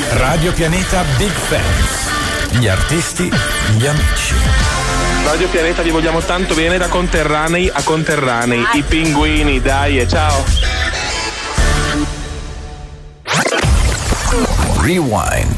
Radio Pianeta Big Fans. Gli artisti, gli amici. Radio Pianeta vi vogliamo tanto bene da conterranei a conterranei. I pinguini, dai e ciao. Rewind.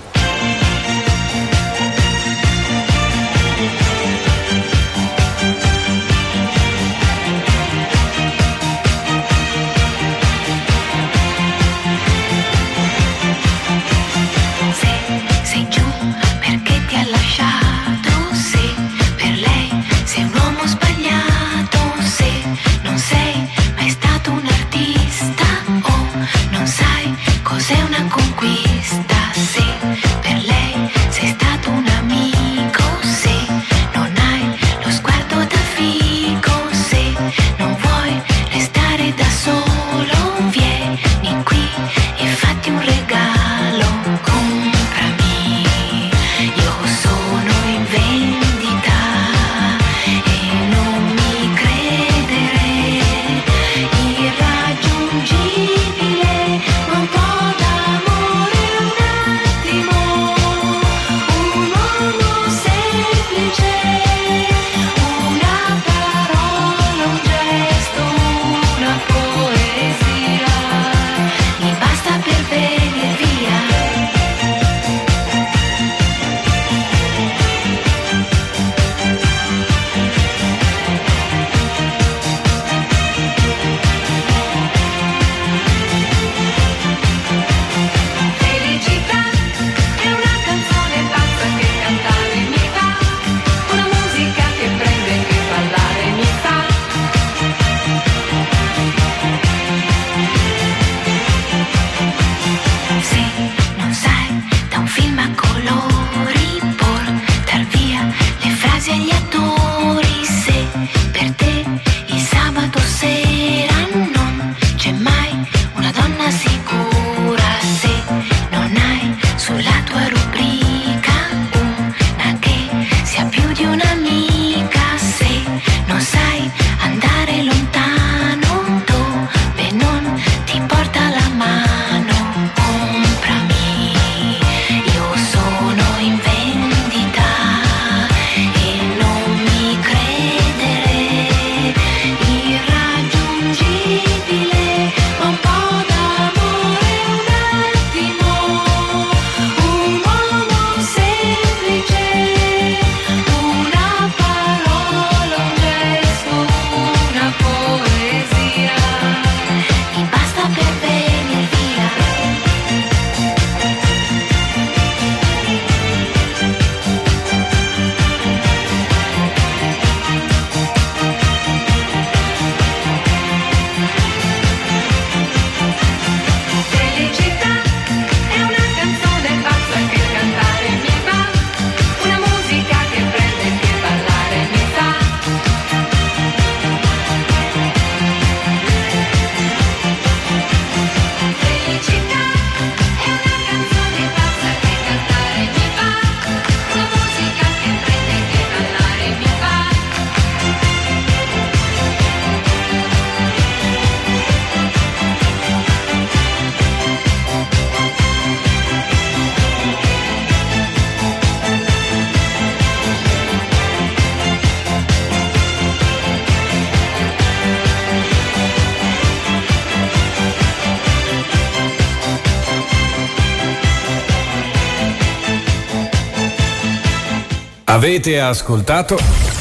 Avete ascoltato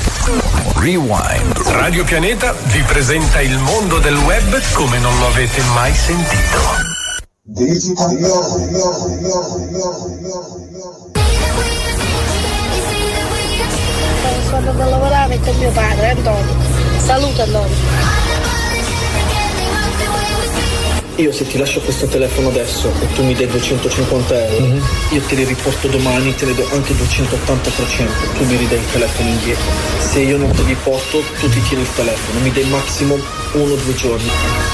Rewind. Radio Pianeta vi presenta il mondo del web come non lo avete mai sentito. Sono da lavorare con mio padre, Antonio. Saluta Antonio. Io se ti lascio questo telefono adesso e tu mi dai 250 euro, io te li riporto domani e te ne do anche 280%, tu mi ridai il telefono indietro. Se io non te li porto, tu ti tieni il telefono, mi dai massimo 1 o 2 giorni.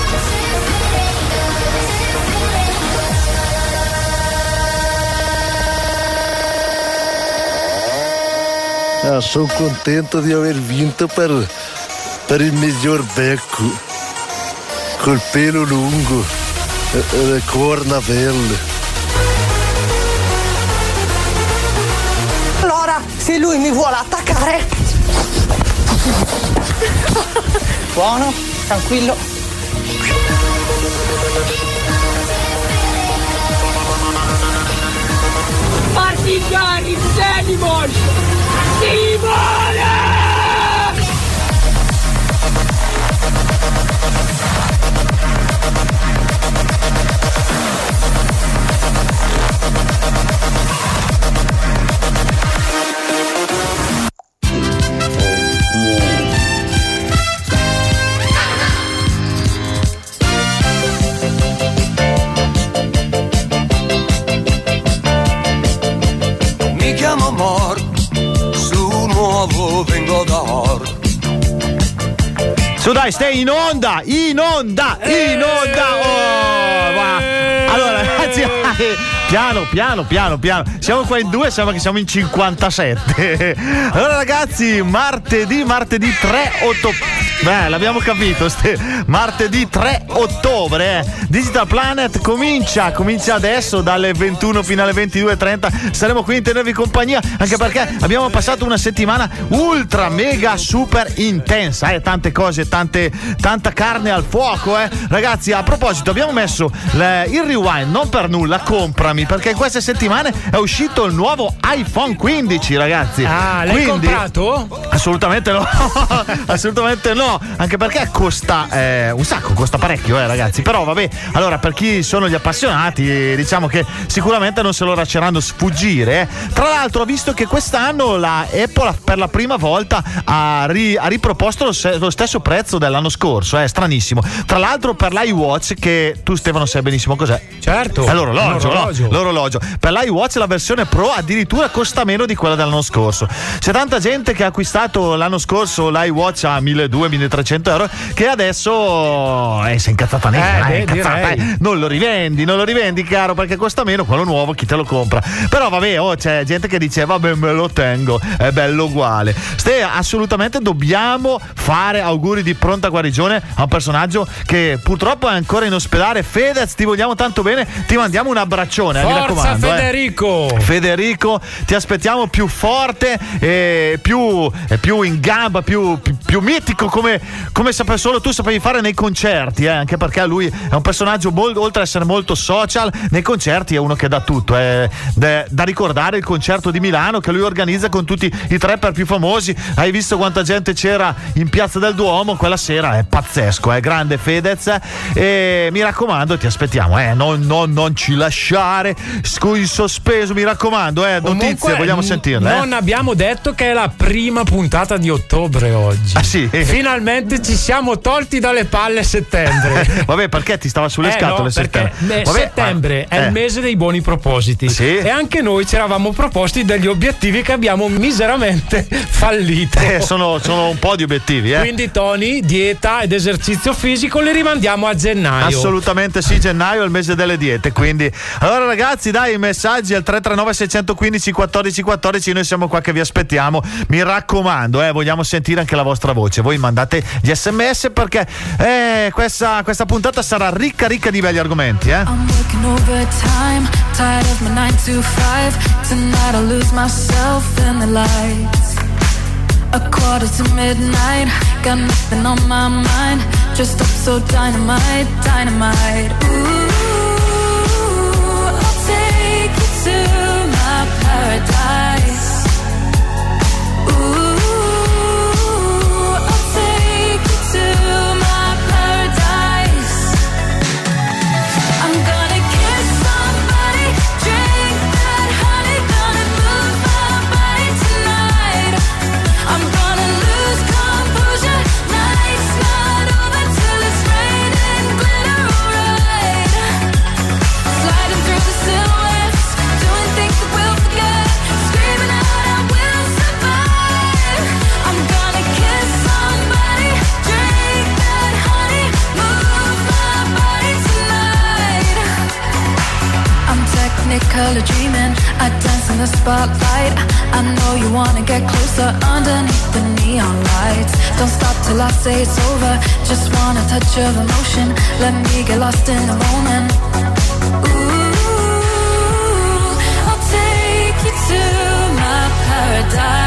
Sono contento di aver vinto per il miglior becco. Col pelo lungo, le corna belle. se lui mi vuole attaccare. Buono, tranquillo. Partigiani d'Animals! Si vola! Mi chiamo Mort, su nuovo vengo da Or. Su dai, stai in onda. Oh, va. Allora ragazzi, piano. Siamo qua in due, sembra che siamo in 57. Allora ragazzi, martedì 3 ottobre. Beh, l'abbiamo capito, martedì 3 ottobre. Digital Planet comincia adesso dalle 21 fino alle 22:30. Saremo qui a tenervi compagnia, anche perché abbiamo passato una settimana ultra mega super intensa, tante cose, tanta carne al fuoco, Ragazzi, a proposito, abbiamo messo il rewind, non per nulla, comprami, perché in queste settimane è uscito il nuovo iPhone 15, ragazzi. Ah, l'hai comprato? Assolutamente no, anche perché costa un sacco, costa parecchio, ragazzi. Però vabbè, allora per chi sono gli appassionati, diciamo che sicuramente non se lo lasceranno sfuggire. Tra l'altro, ho visto che quest'anno la Apple per la prima volta ha riproposto lo stesso prezzo dell'anno scorso, è stranissimo. Tra l'altro per l'iWatch, che tu Stefano sai benissimo cos'è. Certo, è l'orologio. Per l'iWatch la versione Pro addirittura costa meno di quella dell'anno scorso. C'è tanta gente che ha acquistato l'anno scorso l'iWatch a 1.200-1.300 euro, che adesso si è incazzata nera. Non lo rivendi caro, perché costa meno quello nuovo, chi te lo compra. Però vabbè, c'è gente che dice vabbè, me lo tengo, è bello uguale. Assolutamente dobbiamo fare auguri di pronta guarigione a un personaggio che purtroppo è ancora in ospedale. Fedez, ti vogliamo tanto bene, ti mandiamo un abbraccione. Forza, mi raccomando, Federico, ti aspettiamo più forte e più in gamba, più mitico, come solo tu sapevi fare nei concerti, anche perché lui è un personaggio oltre ad essere molto social, nei concerti è uno che dà tutto. Da ricordare il concerto di Milano che lui organizza con tutti i trapper più famosi. Hai visto quanta gente c'era in Piazza del Duomo quella sera? È pazzesco, è grande Fedez, e mi raccomando, ti aspettiamo, non ci lasciare in sospeso, mi raccomando, notizie. Comunque, vogliamo sentirle. Non abbiamo detto che è la prima puntata di ottobre oggi. Ah, sì? Finalmente ci siamo tolti dalle palle settembre. Vabbè, perché ti stava sulle scatole settembre? Settembre è il mese dei buoni propositi. Sì? E anche noi ci eravamo proposti degli obiettivi che abbiamo miseramente fallito. Sono un po' di obiettivi. Quindi Tony, dieta ed esercizio fisico li rimandiamo a gennaio. Assolutamente sì, gennaio è il mese delle diete. Quindi allora ragazzi, dai, i messaggi al 339 615 1414, noi siamo qua che vi aspettiamo, mi raccomando, vogliamo sentire anche la vostra voce. Voi mandate gli sms, perché questa puntata sarà ricca di belli argomenti. I'm working overtime, tired of my 9 to 5. Tonight I'll lose myself in the lights. A quarter to midnight, got nothing on my mind. Just up so dynamite. Ooh, I'll take you to my paradise. Ooh, I'll take you to my paradise. I'm gonna kiss somebody, drink that honey, gonna move my body tonight. I'm gonna lose composure, night's not over till it's raining glitter, alright. Sliding through the silhouettes, doing things that we'll forget, screaming out I will survive. I'm gonna kiss somebody, drink that honey, move my body tonight. I'm technicolor dreaming, I dance in the spotlight. I know you wanna get closer underneath the neon lights. Don't stop till I say it's over, just want a touch of emotion. Let me get lost in the moment. Ooh, I'll take you to my paradise.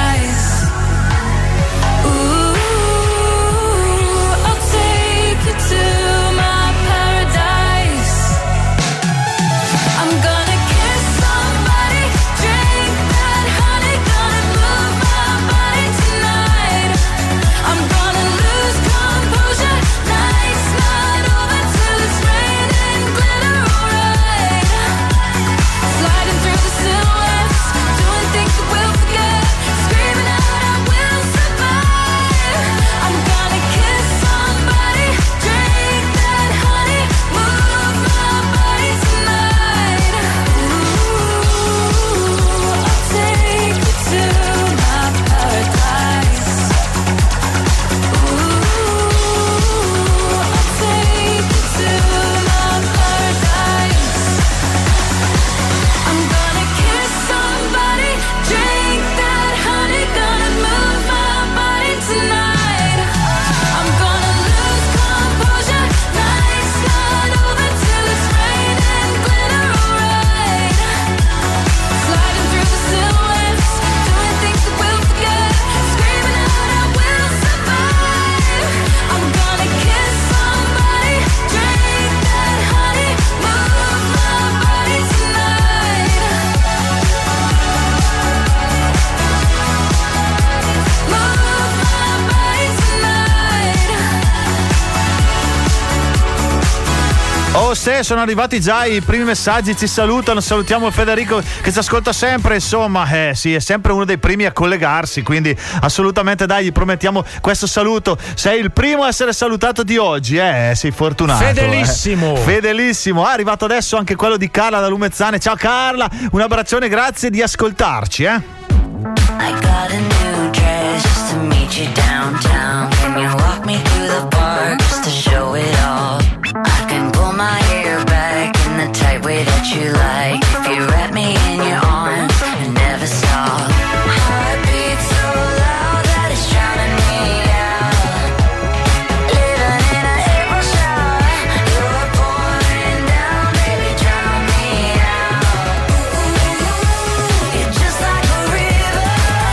Sono arrivati già i primi messaggi, ci salutano, salutiamo Federico che ci ascolta sempre, insomma, sì, è sempre uno dei primi a collegarsi, quindi assolutamente dai, gli promettiamo questo saluto. Sei il primo a essere salutato di oggi, sei fortunato. Fedelissimo. Fedelissimo. È arrivato adesso anche quello di Carla da Lumezzane. Ciao Carla, un abbraccione, grazie di ascoltarci, I got a new dress just to meet you downtown. Can you walk me through the park just to show it all? I can pull my hair back in the tight way that you like. If you wrap me in your arms and never stop. Heartbeat so loud that it's drowning me out. Living in an April shower, you're pouring down, baby, drown me out. You're just like a river.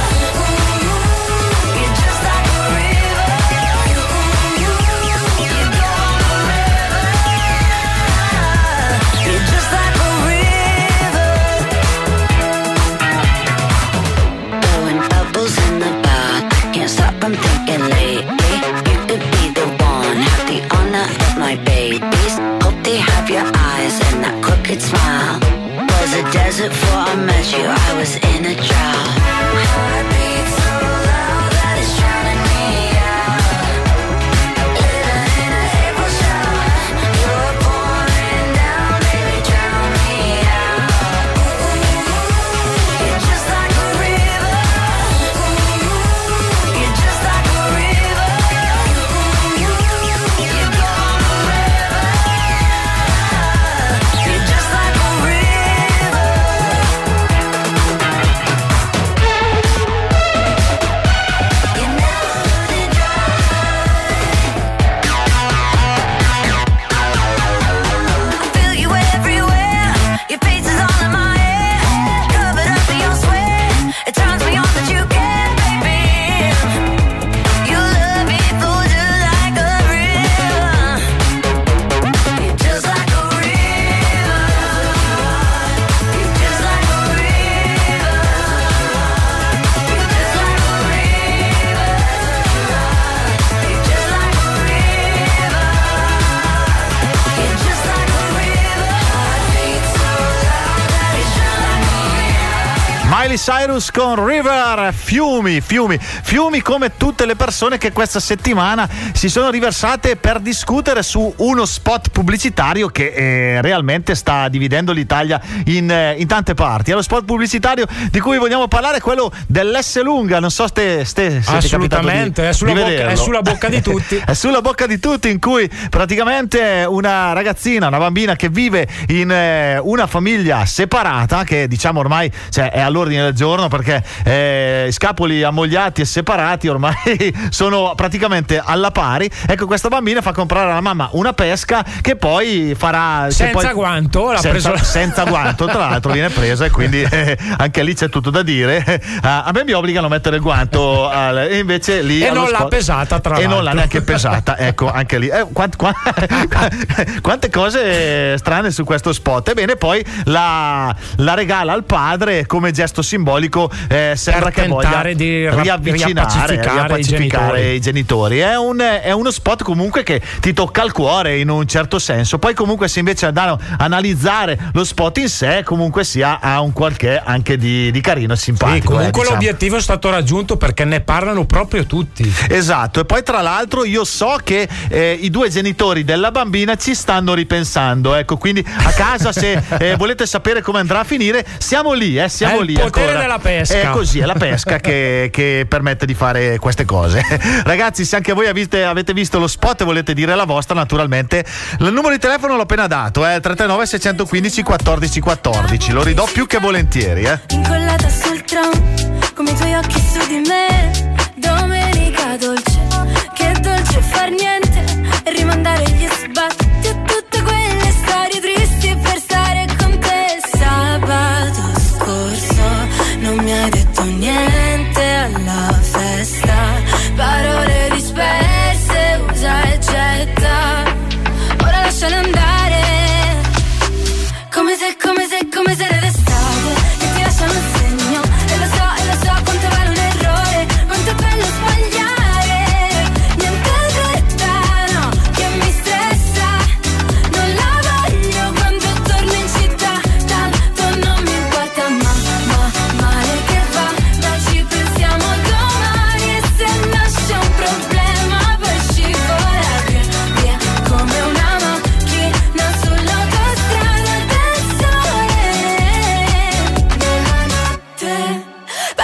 You're just like a river. You go on forever. You're just like a river. Blowing bubbles in the bath. Can't stop from thinking lately. You could be the one. Have the honor of my babies. Hope they have your eyes and that crooked smile. Was a desert before I met you. I was in a drought. Heartbeat so loud that it's drowning me out. Living in an April shower, you're pouring down, baby, drown me out. You're just like a river. You're just like a river. You go on forever. You're just like a river. You never run dry. I feel you everywhere. Your face is all in my head. Covered up in your sweat. It turns me on that you care, baby. You love me flows just like a river. You're just like a river. You're just like a river. You're just like a river. You're just like a river. You're just like a river. Heartbeat so loud that it's drowning me out. Miley Cyrus con River. Fiumi come tutte le persone che questa settimana si sono riversate per discutere su uno spot pubblicitario che realmente sta dividendo l'Italia in tante parti. È lo spot pubblicitario di cui vogliamo parlare, quello dell'Esselunga. Non so se Assolutamente, è sulla bocca di tutti. È sulla bocca di tutti, in cui praticamente una ragazzina, una bambina che vive in una famiglia separata, che diciamo ormai è all'ordine del giorno, perché scapoli ammogliati e separati ormai sono praticamente alla pari. Ecco, questa bambina fa comprare alla mamma una pesca che poi farà senza guanto, senza guanto, tra l'altro viene presa, e quindi anche lì c'è tutto da dire. A me mi obbligano a mettere il guanto e invece lì non l'ha pesata, tra l'altro, e non l'ha neanche pesata. Ecco, anche lì quante cose strane su questo spot. Ebbene, poi la regala al padre come gesto simbolico, sembra che voglia di riappacificare i genitori. È uno spot comunque che ti tocca il cuore in un certo senso. Poi comunque, se invece andare a analizzare lo spot in sé, comunque sia ha un qualche anche di carino e simpatico. Sì, comunque diciamo. L'obiettivo è stato raggiunto, perché ne parlano proprio tutti. Esatto. E poi tra l'altro io so che i due genitori della bambina ci stanno ripensando, ecco, quindi a casa, se volete sapere come andrà a finire, siamo lì, siamo lì. Il potere ancora della pesca. È così, è la pesca che permette di fare queste cose. Ragazzi, se anche voi avete visto lo spot e volete dire la vostra, naturalmente il numero di telefono l'ho appena dato, 339 615 1414. Lo ridò più che volentieri. Incollata sul tram, come i tuoi occhi su di me. Domenica dolce, che dolce far niente e rimandare gli sbatti a tutte quelle storie tristi per stare con te. Sabato scorso non mi hai detto niente alla festa, parole disperse, usa e getta. Ora lasciale andare, come se d'estate che ti lasciano il segno. E lo so quanto vale un errore, quanto è bello sbagliare. Niente fretta, no, che mi stressa, non la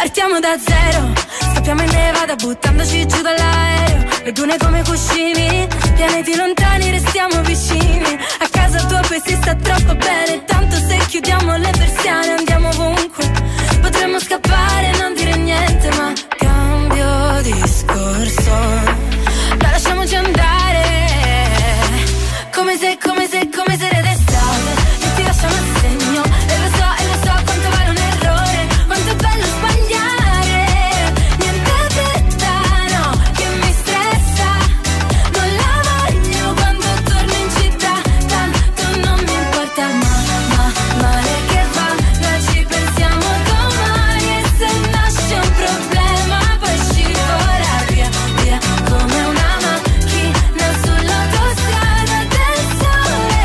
partiamo da zero. Scappiamo in Nevada buttandoci giù dall'aereo. Le dune come cuscini, pianeti lontani restiamo vicini. A casa tua poi si sta troppo bene, tanto se chiudiamo le persiane andiamo ovunque. Potremmo scappare e non dire niente, ma cambio discorso. La lasciamoci andare, come se era d'estate. E ti lasciamo il segno, e lo so quanto vale un errore. Quanto è bello sbagliare. Niente fretta, no, che mi stressa. Non la voglio quando torno in città, tanto non mi importa. Ma male che vada, ci pensiamo domani. E se nasce un problema poi scivola via, via come una macchina sull'autostrada del sole.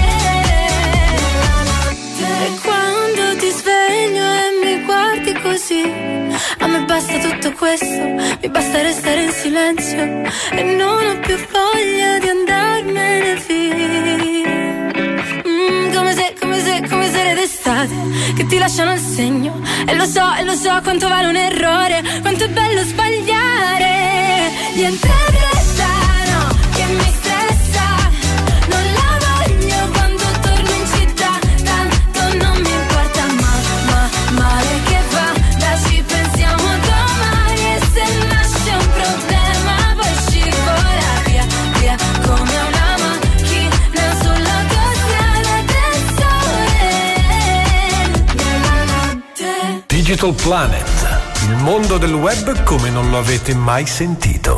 E quando ti sveglio e mi guardi così, a me basta tutto questo, mi basta restare in silenzio e non ho più voglia di andarmene via. Come se era d'estate, che ti lasciano il segno. E lo so quanto vale un errore, quanto è bello sbagliare. Niente fretta, no, che mi stressa. Non la voglio quando torno in città, tanto non mi importa. Ma male che vada, ci pensiamo domani. E se nasce un problema poi scivola via, via come una macchina sull'autostrada del sole. Nella notte. Digital Planet, il mondo del web come non lo avete mai sentito.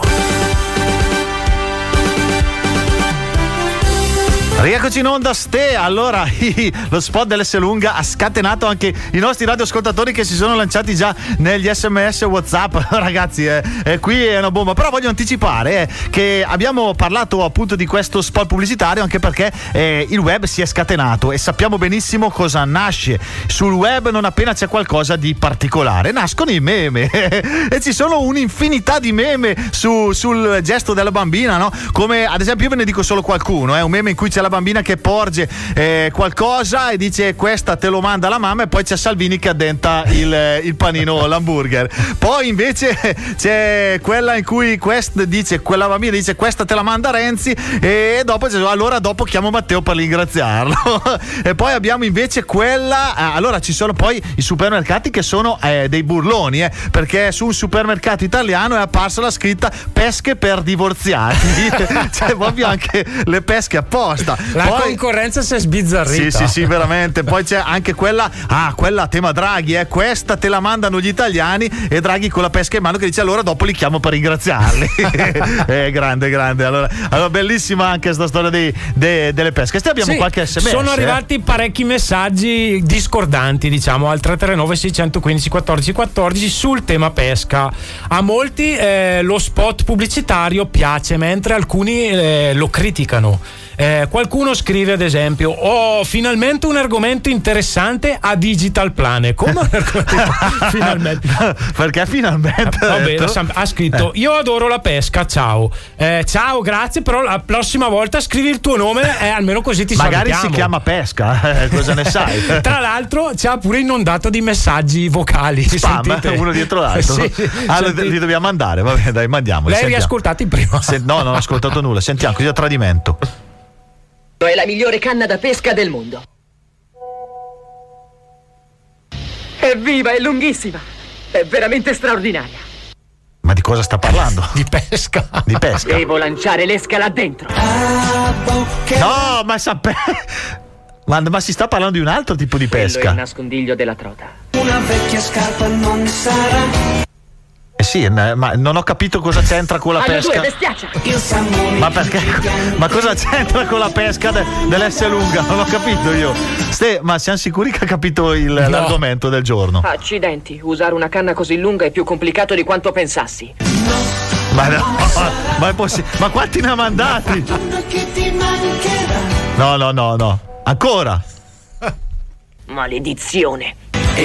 Rieccoci in onda, allora lo spot dell'S lunga ha scatenato anche i nostri radioascoltatori che si sono lanciati già negli SMS WhatsApp. Ragazzi, qui è una bomba. Però voglio anticipare che abbiamo parlato appunto di questo spot pubblicitario anche perché il web si è scatenato e sappiamo benissimo cosa nasce sul web non appena c'è qualcosa di particolare. Nascono i meme e ci sono un'infinità di meme sul gesto della bambina, no? Come ad esempio, io ve ne dico solo qualcuno, un meme in cui c'è la bambina che porge qualcosa e dice questa te lo manda la mamma, e poi c'è Salvini che addenta il panino, l'hamburger. Poi invece c'è quella in cui quella bambina dice questa te la manda Renzi, e dopo allora dopo chiamo Matteo per ringraziarlo. E poi abbiamo invece quella, allora ci sono poi i supermercati che sono dei burloni, perché su un supermercato italiano è apparsa la scritta pesche per divorziati. C'è proprio anche le pesche apposta. La concorrenza si è sbizzarrita. Sì, veramente. Poi c'è anche quella a tema Draghi, questa te la mandano gli italiani, e Draghi con la pesca in mano che dice allora dopo li chiamo per ringraziarli. Grande. Allora bellissima anche questa storia delle pesche. Abbiamo qualche SMS. Sono arrivati parecchi messaggi discordanti, diciamo, al 339 615 14 14 sul tema pesca. A molti lo spot pubblicitario piace, mentre alcuni lo criticano. Qualcuno scrive ad esempio: finalmente un argomento interessante a Digital Planet. Come un argomento finalmente? Perché finalmente? Vabbè, ha scritto: io adoro la pesca, ciao. Ciao, grazie, però la prossima volta scrivi il tuo nome, almeno così ti magari salutiamo. Si chiama pesca, cosa ne sai? Tra l'altro ci ha pure inondato di messaggi vocali. Spam, uno dietro l'altro. Sì, li dobbiamo mandare, va bene, dai, mandiamoli. L'hai riascoltati prima? No, non ho ascoltato nulla. Sentiamo, così a tradimento. È la migliore canna da pesca del mondo. Evviva, è lunghissima. È veramente straordinaria. Ma di cosa sta parlando? Di pesca. Di pesca. Devo lanciare l'esca là dentro. No, ma ma si sta parlando di un altro tipo di pesca. Quello è il nascondiglio della trota. Una vecchia scarpa non sarà. Sì, ma non ho capito cosa c'entra con la pesca. Ma perché? Ma cosa c'entra con la pesca dell'S lunga? Non ho capito io. Ma siamo sicuri che ha capito l'argomento del giorno? Accidenti, usare una canna così lunga è più complicato di quanto pensassi. Ma no, ma è possibile. Ma quanti ne ha mandati? No. Ancora? Maledizione.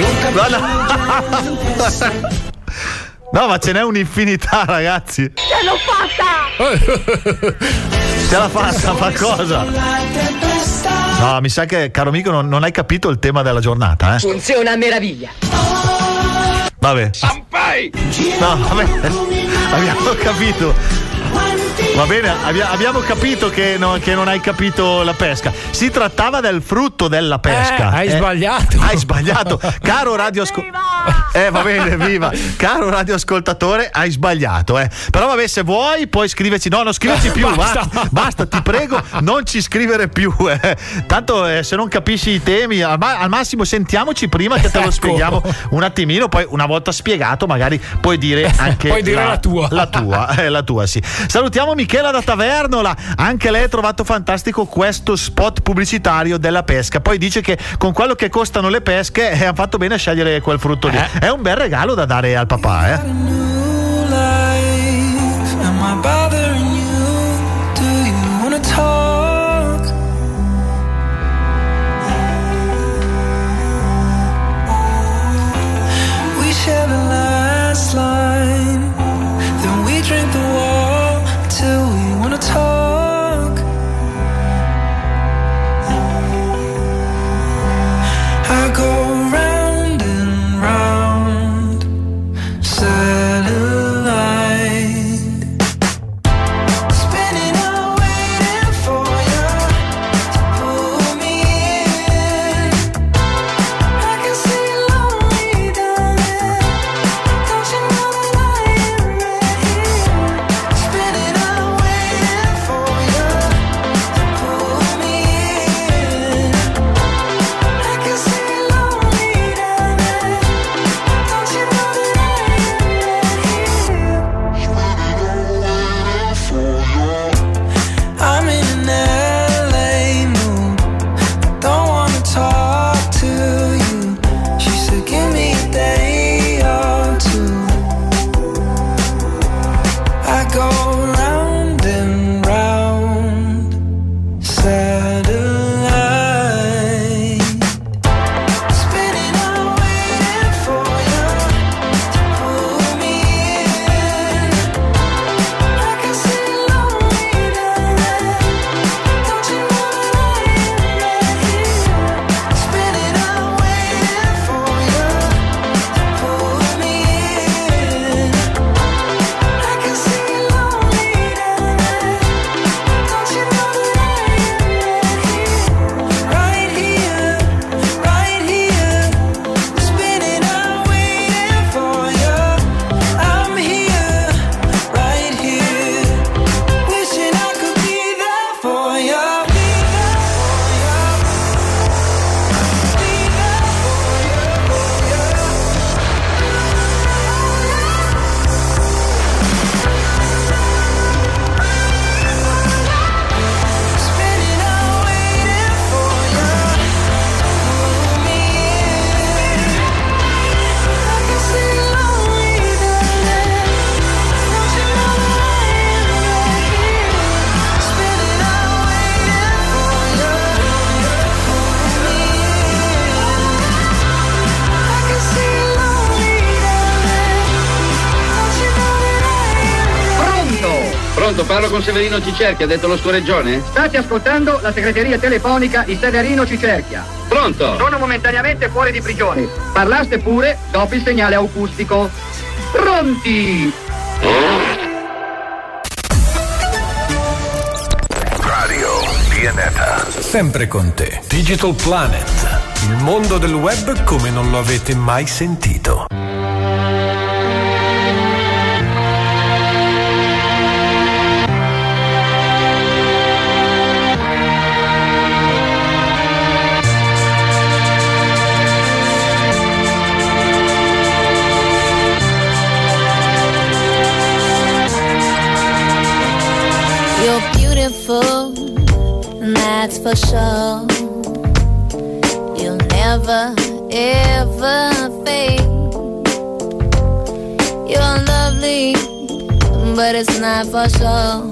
No, ma ce n'è un'infinità, ragazzi. Ce l'ho fatta! Ce l'ha fatta, fa cosa? No, mi sa che, caro amico, non hai capito il tema della giornata, Funziona a meraviglia. Vabbè. No, vabbè. Abbiamo capito. Va bene, abbiamo capito che non hai capito la pesca. Si trattava del frutto della pesca. Hai sbagliato. Hai sbagliato. Caro va bene, viva. Caro radioascoltatore, hai sbagliato, Però vabbè, se vuoi puoi scriverci. No, non scriverci più, basta, ti prego, non ci scrivere più. Tanto se non capisci i temi, al massimo sentiamoci prima che te lo spieghiamo un attimino, poi una volta spiegato magari puoi dire anche la tua. La tua, sì. Salutiamo Michela da Tavernola, anche lei ha trovato fantastico questo spot pubblicitario della pesca. Poi dice che con quello che costano le pesche ha fatto bene a scegliere quel frutto lì. È un bel regalo da dare al papà, I go round and round, satellite, spinning out, waiting for you to pull me in. I can see you lonely down there, don't you know that I am right here? Spinning out, waiting for you to pull me in. I can see I'm in an LA mood, don't wanna talk to you. She said give me a day or two. I go round and round, satellite, spinning out, waiting for you to pull me in. I can see you lonely down there, don't you know that I am right here? Spinning out, waiting for you to pull me in. I can see you lonely down there, don't you know that I am right here? Right here, spinning out, waiting for you. I'm here, right here, wishing I could be there for you. Spinning out, waiting for you to pull me in. I can see you lonely down there, don't you know that I am right here? Spinning out, waiting for you to pull me in. I can see you lonely down there, don't you know that I am right here? Pronto, parlo con Severino Cicerchia, ha detto lo scoreggione? State ascoltando la segreteria telefonica di Severino Cicerchia. Pronto? Sono momentaneamente fuori di prigione. Parlaste pure dopo il segnale acustico. Pronti? Radio Pianeta. Sempre con te. Digital Planet. Il mondo del web come non lo avete mai sentito. You're beautiful, and that's for sure. You'll never, ever fade. You're lovely, but it's not for sure.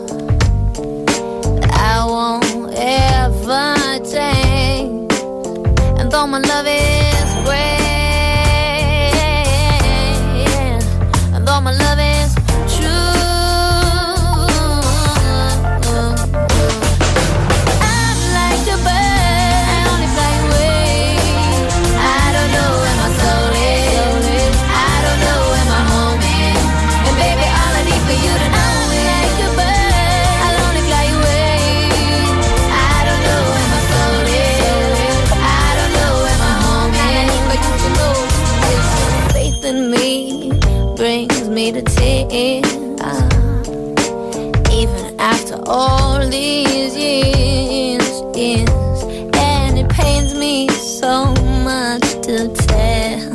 I won't ever change. And though my love is great, and though my love is true, I'm like a bird, I only fly away. I don't know where my soul is. I in me brings me to tears. Even after all these years, and it pains me so much to tell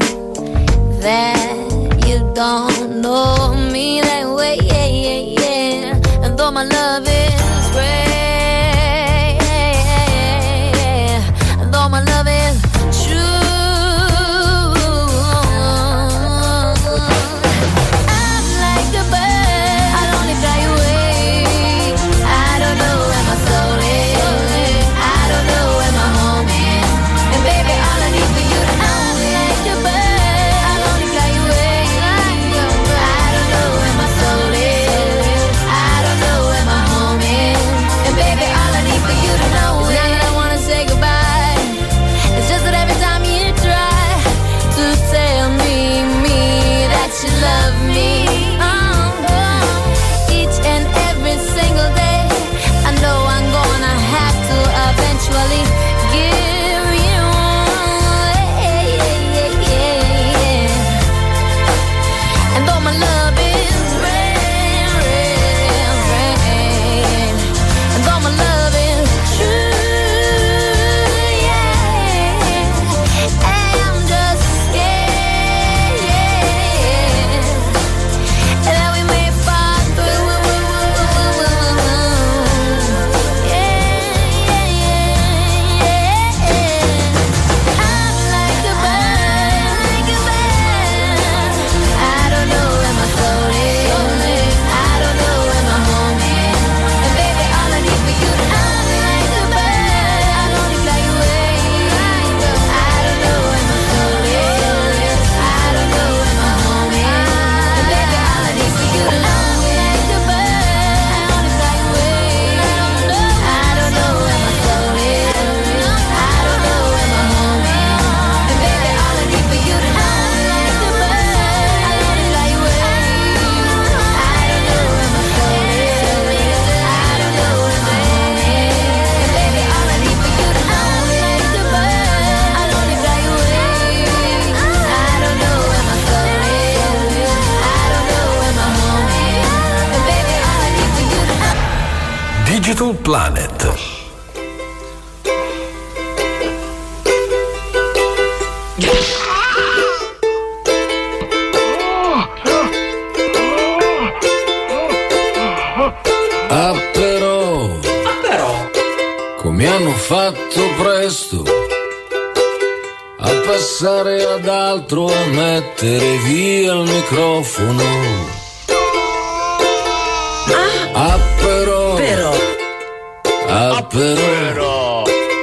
that you don't know me that way, and though my love is rare, and though my love is true, I'm like a bird, I'll only fly away. I don't know where my soul is, I don't know where my home is, and baby, all I need for you to know, I'm like a bird, I'll only fly away. I don't know where my soul is, I don't know where my home is, and baby, all I need for you to know is not that I wanna say goodbye, it's just that every time you try to tell me that you love me, each and every single day, I know I'm gonna have to eventually give you and though my love is rare, and though my love is true, I'm just scared that we may fall through. I'm like a bird, I don't know where my soul is, I don't know where my home is, and baby, all I need for you to know, I'm like a bird, I'll only fly away. I don't know where my soul is, I don't know where my home is, and baby, all I need for you to know, I'm like a bird, I'll only fly away. I don't know where my soul is, I don't know where my home is, and baby, all I need for you to know, I'm like a bird, I'll only fly away. I don't know where my soul is, I don't know where my home is, and baby, all I need for you to know, I'm like a bird, I'll only fly away. I don't know where my soul is, I don't know where my home is, and baby, all I need for you to know. Digital Planet. Ah però, come hanno fatto presto a passare ad altro, a mettere via il microfono. Ah però, ah però.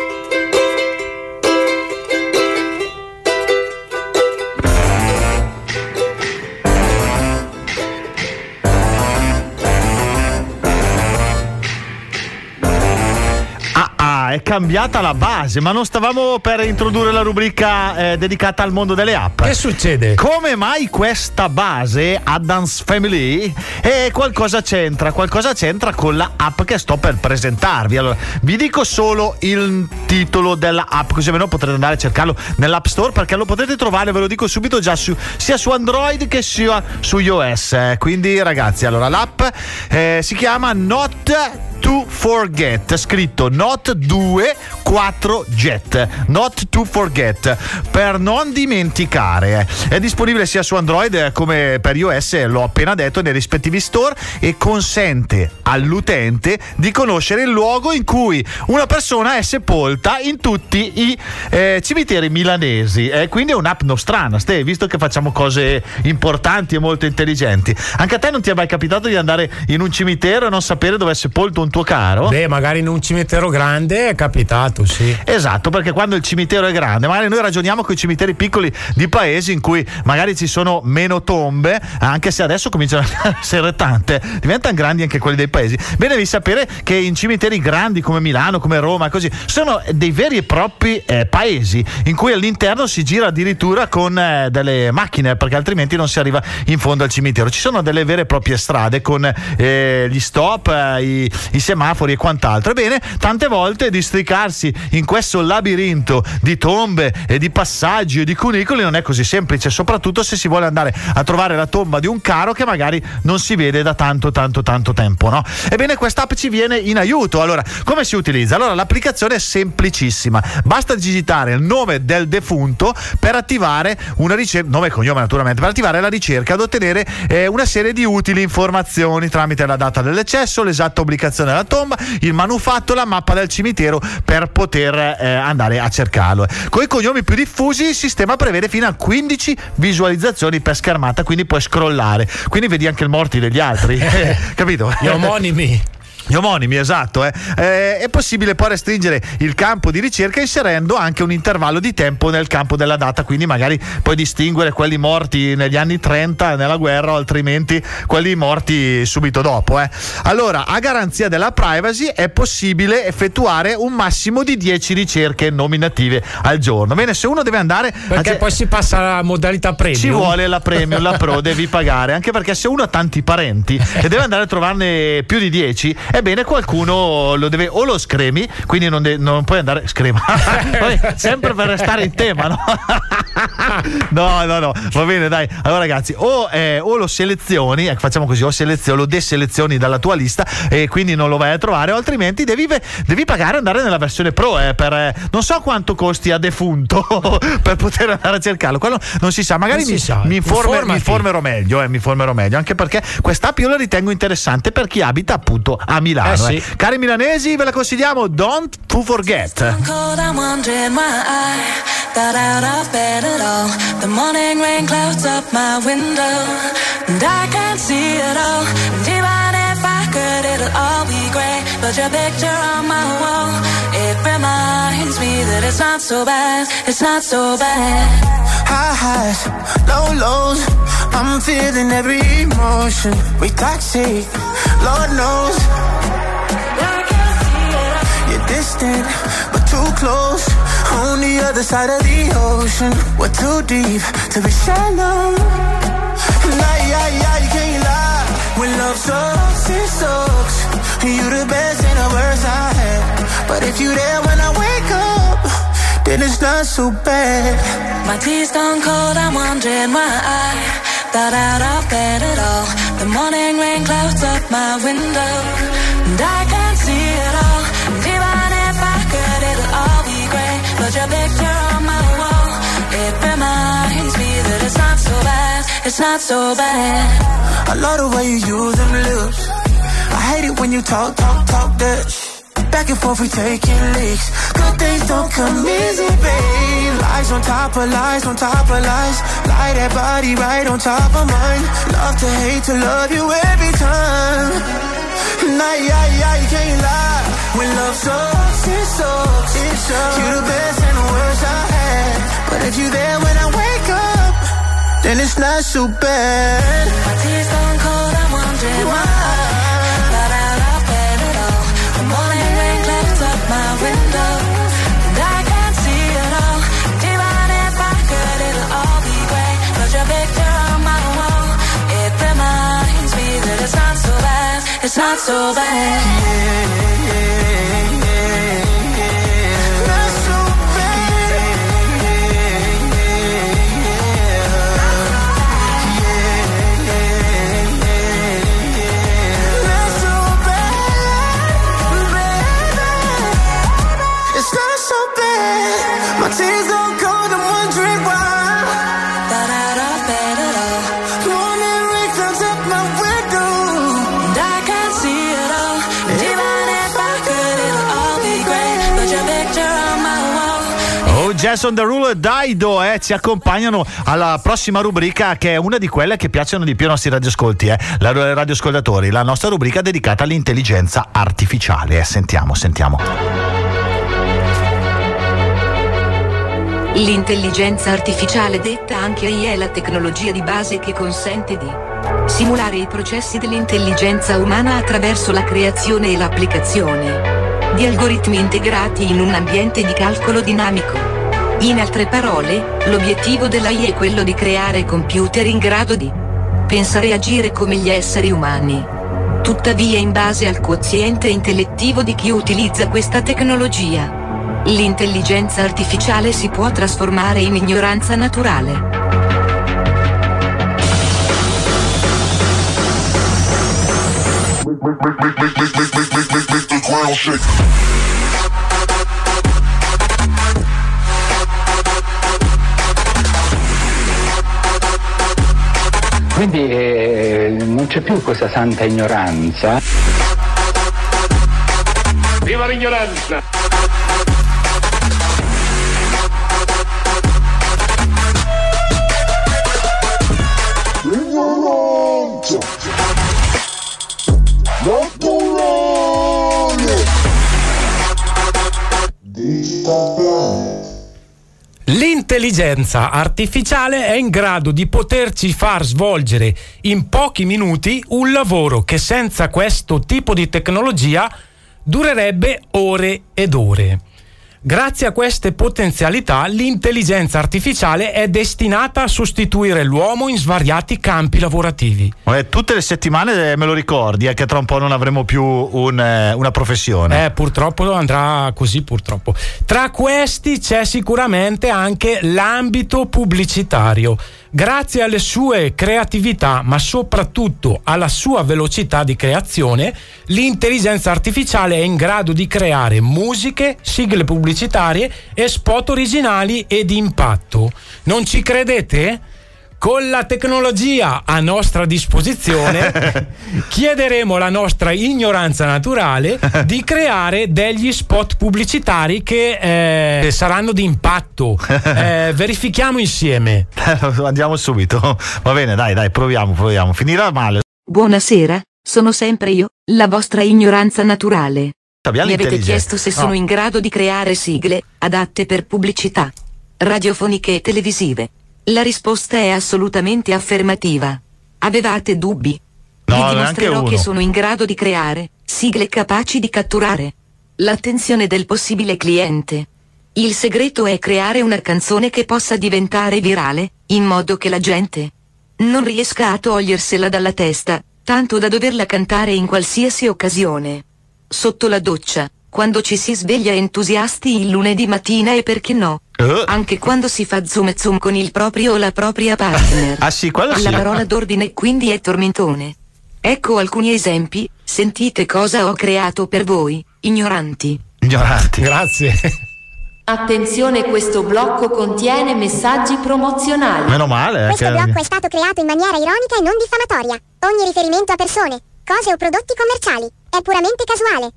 È cambiata la base, ma non stavamo per introdurre la rubrica dedicata al mondo delle app. Che succede? Come mai questa base Addams Family qualcosa c'entra con la app che sto per presentarvi. Allora, vi dico solo il titolo della app, così almeno potrete andare a cercarlo nell'App Store, perché lo potete trovare, ve lo dico subito, già sia su Android che sia su iOS. Quindi ragazzi, allora l'app si chiama Not to Forget, scritto Not 4 Jet, Not to Forget, per non dimenticare. È disponibile sia su Android come per iOS, l'ho appena detto, nei rispettivi store, e consente all'utente di conoscere il luogo in cui una persona è sepolta in tutti i cimiteri milanesi. Quindi è un'app nostrana, visto che facciamo cose importanti e molto intelligenti. Anche a te non ti è mai capitato di andare in un cimitero e non sapere dove è sepolto un tuo caro? Beh, magari in un cimitero grande è capitato, sì. Esatto, perché quando il cimitero è grande, magari noi ragioniamo con i cimiteri piccoli di paesi in cui magari ci sono meno tombe, anche se adesso cominciano a essere tante, diventano grandi anche quelli dei paesi. Bene, devi sapere che in cimiteri grandi come Milano, come Roma, così, sono dei veri e propri paesi in cui all'interno si gira addirittura con delle macchine, perché altrimenti non si arriva in fondo al cimitero. Ci sono delle vere e proprie strade con gli stop, i semafori e quant'altro. Ebbene, tante volte districarsi in questo labirinto di tombe e di passaggi e di cunicoli non è così semplice, soprattutto se si vuole andare a trovare la tomba di un caro che magari non si vede da tanto tempo, no? Ebbene, quest'app ci viene in aiuto. Allora, come si utilizza? Allora, l'applicazione è semplicissima, basta digitare il nome del defunto per attivare una ricerca, nome e cognome naturalmente, per attivare la ricerca ad ottenere una serie di utili informazioni tramite la data dell'eccesso, l'esatta ubicazione della tomba, il manufatto, la mappa del cimitero per poter andare a cercarlo. Con i cognomi più diffusi il sistema prevede fino a 15 visualizzazioni per schermata, quindi puoi scrollare, quindi vedi anche i morti degli altri. Capito? Gli omonimi. Gli omonimi, esatto. È possibile poi restringere il campo di ricerca inserendo anche un intervallo di tempo nel campo della data, quindi magari puoi distinguere quelli morti negli anni 30 nella guerra o altrimenti quelli morti subito dopo. Allora, a garanzia della privacy è possibile effettuare un massimo di 10 ricerche nominative al giorno. Bene, se uno deve andare perché poi si passa alla modalità premium, ci vuole la premium, la pro, devi pagare, anche perché se uno ha tanti parenti e deve andare a trovarne più di 10, ebbene qualcuno lo deve, o lo scremi, quindi non puoi andare screma sempre per restare in tema, no? no, va bene, dai. Allora ragazzi, o lo selezioni, facciamo così, lo deselezioni dalla tua lista e quindi non lo vai a trovare, o altrimenti devi pagare, andare nella versione pro, non so quanto costi a defunto per poter andare a cercarlo, quello non si sa, magari mi informerò meglio, anche perché quest'app io la ritengo interessante per chi abita appunto a Milano. Sì. Cari milanesi, ve la consigliamo, Don't Forget. I'm wondering why I got out of bed at all. The morning rain clouds up my window, and I can't see it all. And even if I could, it'll all be great. But your picture on my wall, it reminds me that it's not so bad. It's not so bad. High highs, low lows, I'm feeling every emotion. We toxic, Lord knows. You're distant, but too close. On the other side of the ocean, we're too deep to be shallow. You can't lie. When love sucks, it sucks. You the best and the worst I had. But if you there when I wake up, then it's not so bad. My tea's gone cold, I'm wondering why I got out of bed at all. The morning rain clouds up my window, and I can't see it all. And even if I could, it'll all be great. But your picture on my wall, it reminds me that it's not so bad. It's not so bad. I love the way you use them lips. I hate it when you talk that shit. Back and forth we taking leaks. Good things don't come easy, babe. Lies on top of lies on top of lies. Lie that body right on top of mine. Love to hate to love you every time. You can't lie. When love sucks, it sucks. It sucks. You the best and the worst I had. But if you there when I wake up, then it's not so bad. My tea's gone cold, I'm wondering why I got out of bed at all. The morning rain clouds up my window, and I can't see it all. And even if I could, it'll all be great. But your picture on my wall, it reminds me that it's not so bad. It's not so bad. Not so bad. My tears don't cold, I'm wondering why. Got out of bed at all. Morning rain clouds up my window, and I can't see it all. And even if I could, it'll all be great. But your picture on my wall. Oh, Jason Derulo e Daido ci accompagnano alla prossima rubrica, che è una di quelle che piacciono di più ai nostri radioascolti, radioascoltatori, la nostra rubrica dedicata all'intelligenza artificiale. Sentiamo. L'intelligenza artificiale, detta anche AI, è la tecnologia di base che consente di simulare i processi dell'intelligenza umana attraverso la creazione e l'applicazione di algoritmi integrati in un ambiente di calcolo dinamico. In altre parole, l'obiettivo dell'AI è quello di creare computer in grado di pensare e agire come gli esseri umani. Tuttavia, in base al quoziente intellettivo di chi utilizza questa tecnologia, l'intelligenza artificiale si può trasformare in ignoranza naturale. Quindi non c'è più questa santa ignoranza. Viva l'ignoranza! L'intelligenza artificiale è in grado di poterci far svolgere in pochi minuti un lavoro che senza questo tipo di tecnologia durerebbe ore ed ore. Grazie a queste potenzialità, l'intelligenza artificiale è destinata a sostituire l'uomo in svariati campi lavorativi. Tutte le settimane me lo ricordi, che tra un po' non avremo più una professione. Purtroppo andrà così, purtroppo. Tra questi c'è sicuramente anche l'ambito pubblicitario. Grazie alle sue creatività, ma soprattutto alla sua velocità di creazione, l'intelligenza artificiale è in grado di creare musiche, sigle pubblicitarie e spot originali e di impatto. Non ci credete? Con la tecnologia a nostra disposizione chiederemo alla nostra ignoranza naturale di creare degli spot pubblicitari che saranno di impatto. Verifichiamo insieme. Andiamo subito. Va bene, dai, proviamo. Finirà male. Buonasera, sono sempre io, la vostra ignoranza naturale. Mi avete chiesto se sono in grado di creare sigle adatte per pubblicità radiofoniche e televisive. La risposta è assolutamente affermativa. Avevate dubbi? Vi dimostrerò che sono in grado di creare sigle capaci di catturare l'attenzione del possibile cliente. Il segreto è creare una canzone che possa diventare virale, in modo che la gente non riesca a togliersela dalla testa, tanto da doverla cantare in qualsiasi occasione. Sotto la doccia, quando ci si sveglia entusiasti il lunedì mattina e perché no, anche quando si fa zoom con il proprio o la propria partner. La parola d'ordine quindi è tormentone. Ecco alcuni esempi, sentite cosa ho creato per voi, ignoranti. Grazie. Attenzione, questo blocco contiene messaggi promozionali. Meno male. Questo blocco è stato creato in maniera ironica e non diffamatoria. Ogni riferimento a persone, cose o prodotti commerciali è puramente casuale.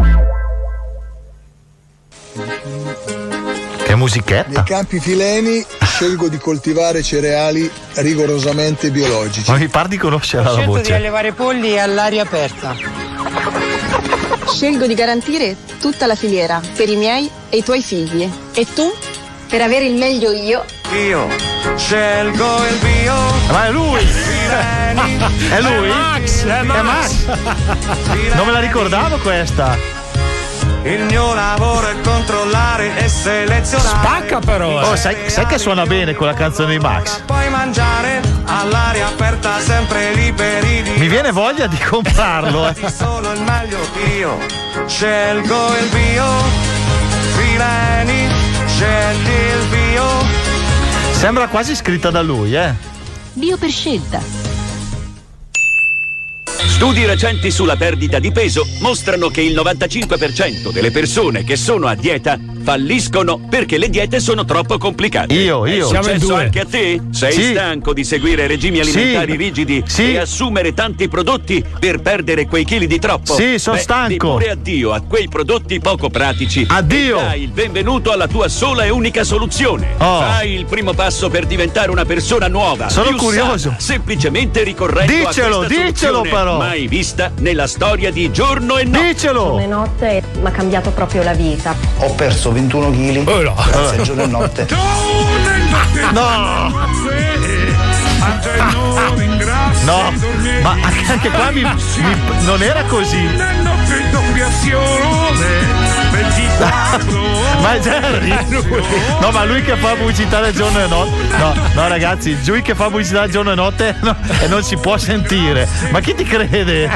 Che musichetta. Nei campi fileni scelgo di coltivare cereali rigorosamente biologici. Ma mi pare di conoscere la voce. Scelgo di allevare polli all'aria aperta. Scelgo di garantire tutta la filiera per i miei e i tuoi figli. E tu? Per avere il meglio io scelgo il bio. Ma è lui! È lui? È Max! Non me la ricordavo questa. Il mio lavoro è controllare e selezionare. Spacca però. Sai che suona bene quella canzone di Max? Puoi mangiare all'aria aperta, sempre liberi di. Mi viene voglia di comprarlo. Solo il meglio io scelgo il bio. Fileni, scegli il bio. Sembra quasi scritta da lui, Bio per scelta. Studi recenti sulla perdita di peso mostrano che il 95% delle persone che sono a dieta falliscono perché le diete sono troppo complicate. Io. È successo anche a te? Sei stanco di seguire regimi alimentari rigidi e assumere tanti prodotti per perdere quei chili di troppo? Sì, sono stanco. Di pure addio a quei prodotti poco pratici. Addio. E dai il benvenuto alla tua sola e unica soluzione. Fai il primo passo per diventare una persona nuova. Sono più curioso. sana, semplicemente ricorrendo a questa soluzione però. mai vista nella storia di Giorno e Notte. Dicelo. E notte mi ha cambiato proprio la vita. Ho perso 21 kg grazie a Giorno e Notte. No, ma anche qua non era così. Ma è Jerry? No, ma lui che fa pubblicità del giorno e notte. No, ragazzi, lui che fa pubblicità del giorno e notte e non si può sentire. Ma chi ti crede?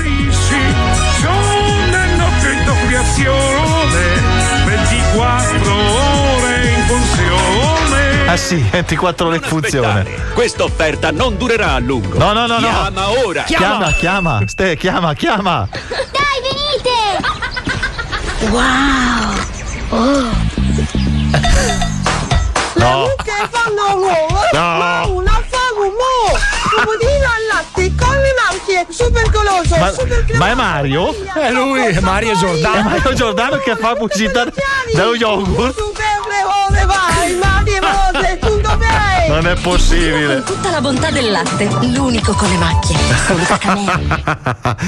Creazione 24 ore in funzione. Ah sì, 24 ore in funzione. Questa offerta non durerà a lungo. No. Chiama ora. Chiama. Ste, chiama. Dai, venite! Wow! Oh! No. Che fanno uovo? No. Ma una fa uovo! Comodino al latte con le macchie, super goloso, super cremoso. Ma è Mario? È lui, è Mario Giordano. È Mario Giordano che fa pubblicità dello yogurt. Super cremoso, vai, Mario Mose, tutto bene! Non è possibile. Con tutta la bontà del latte, l'unico con le macchie. Assoluta cannella.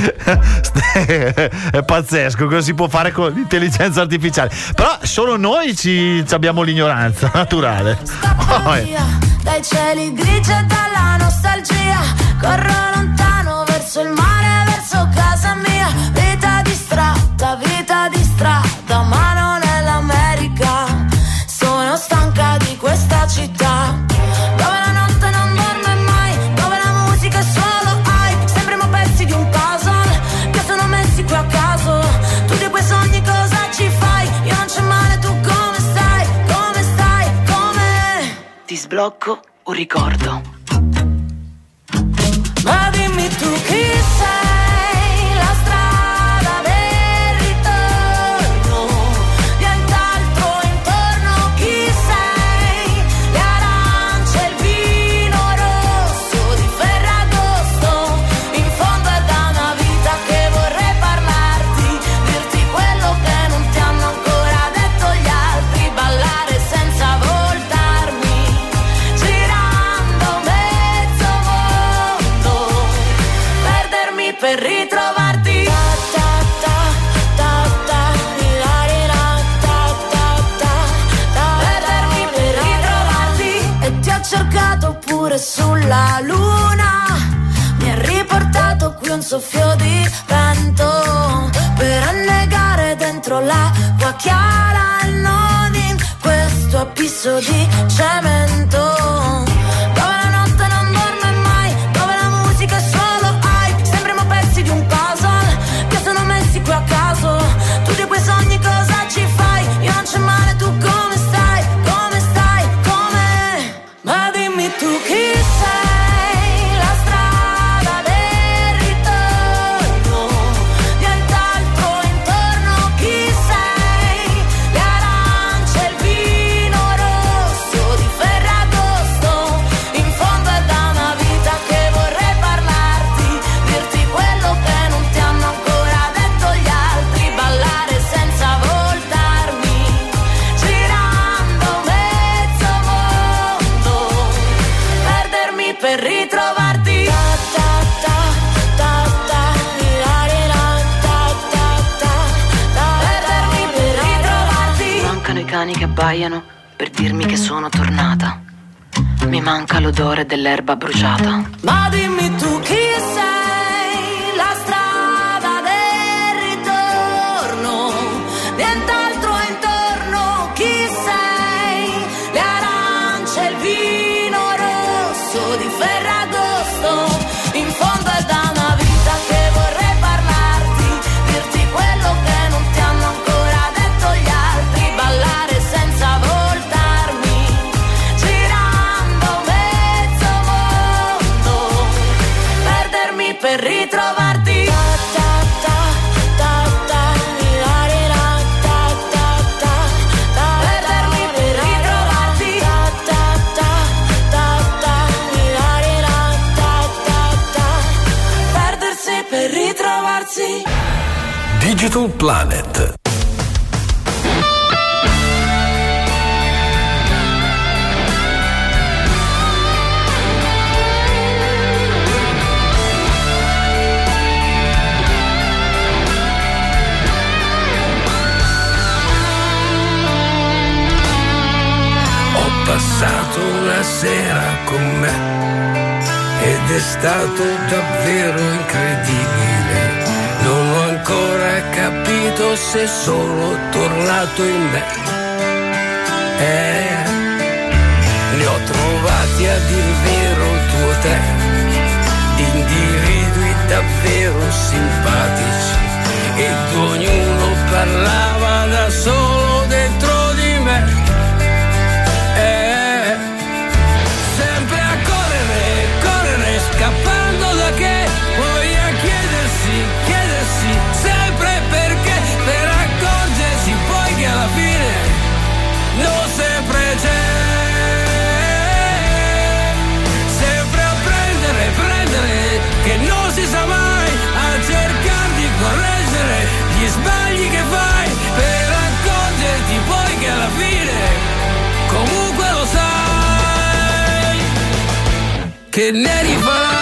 È pazzesco, cosa si può fare con l'intelligenza artificiale? Però solo noi ci abbiamo l'ignoranza naturale. Dai cieli grigi e dalla nostalgia, corro lontano verso il mare, verso casa mia. Vita distratta, ma non è l'America. Sono stanca di questa città, dove la notte non dorme mai, dove la musica è solo hype. Sembriamo pezzi di un puzzle che sono messi qui a caso. Tu di quei sogni cosa ci fai? Io non c'è male, tu come stai? Come stai? Come? Ti sblocco un ricordo. Ma dimmi tu chi sei, la strada del ritorno, nient'altro intorno, chi sei, le arance, il vino rosso di Ferragosto, in fondo è da una vita che vorrei parlarti, dirti quello che non ti hanno ancora detto gli altri, ballare senza voltarmi, girando mezzo mondo, perdermi per ritrovarti. Perdermi per ritrovarti. E ti ho cercato pure sulla luna, mi ha riportato qui un soffio di vento per annegare dentro l'acqua chiara e non in questo abisso di cemento, dove la notte non dorme mai, dove la musica è solo hype. Sembriamo pezzi di un puzzle che sono messi qui a caso. Tu di quei sogni cosa ci fai? Io non c'è male, tu come stai? Come stai? Come? Ma dimmi tu chi sei, la strada del ritorno, nient'altro intorno, chi sei, le arance, il vino rosso di Ferragosto, in fondo è da una vita che vorrei parlarti, dirti quello che non ti hanno ancora detto gli altri, ballare senza voltarmi, girando mezzo mondo, perdermi per ritrovarti. Perdermi per ritrovarti. Mancano i cani che abbaiano per dirmi che sono tornata. Mi manca l'odore dell'erba bruciata. Ma dimmi tu chi sei, la strada del ritorno, nient'altro intorno, chi sei, le arance, il vino rosso di Ferragosto, in fondo è da una vita che vorrei parlarti, dirti quello che non ti hanno ancora detto gli altri, ballare senza voltarmi, girando mezzo mondo, perdermi per ritrovarti. Perdermi per ritrovarti. Perdersi per ritrovarsi. Digital Planet. Ho passato una sera con me ed è stato davvero incredibile. Non ho ancora capito se solo tornato in me. Ne ho trovati a dir vero 2 o 3 individui davvero simpatici ed ognuno parlava da solo dentro di me. Sempre a correre, correre, scappando da che, poi a chiedersi sempre perché, per accorgersi poi che alla fine non sempre c'è. Sempre a prendere, che non si sa mai, a cercare di correggere gli sbagli che fai, per accorgerti poi che alla fine comunque lo sai che ne rifarai.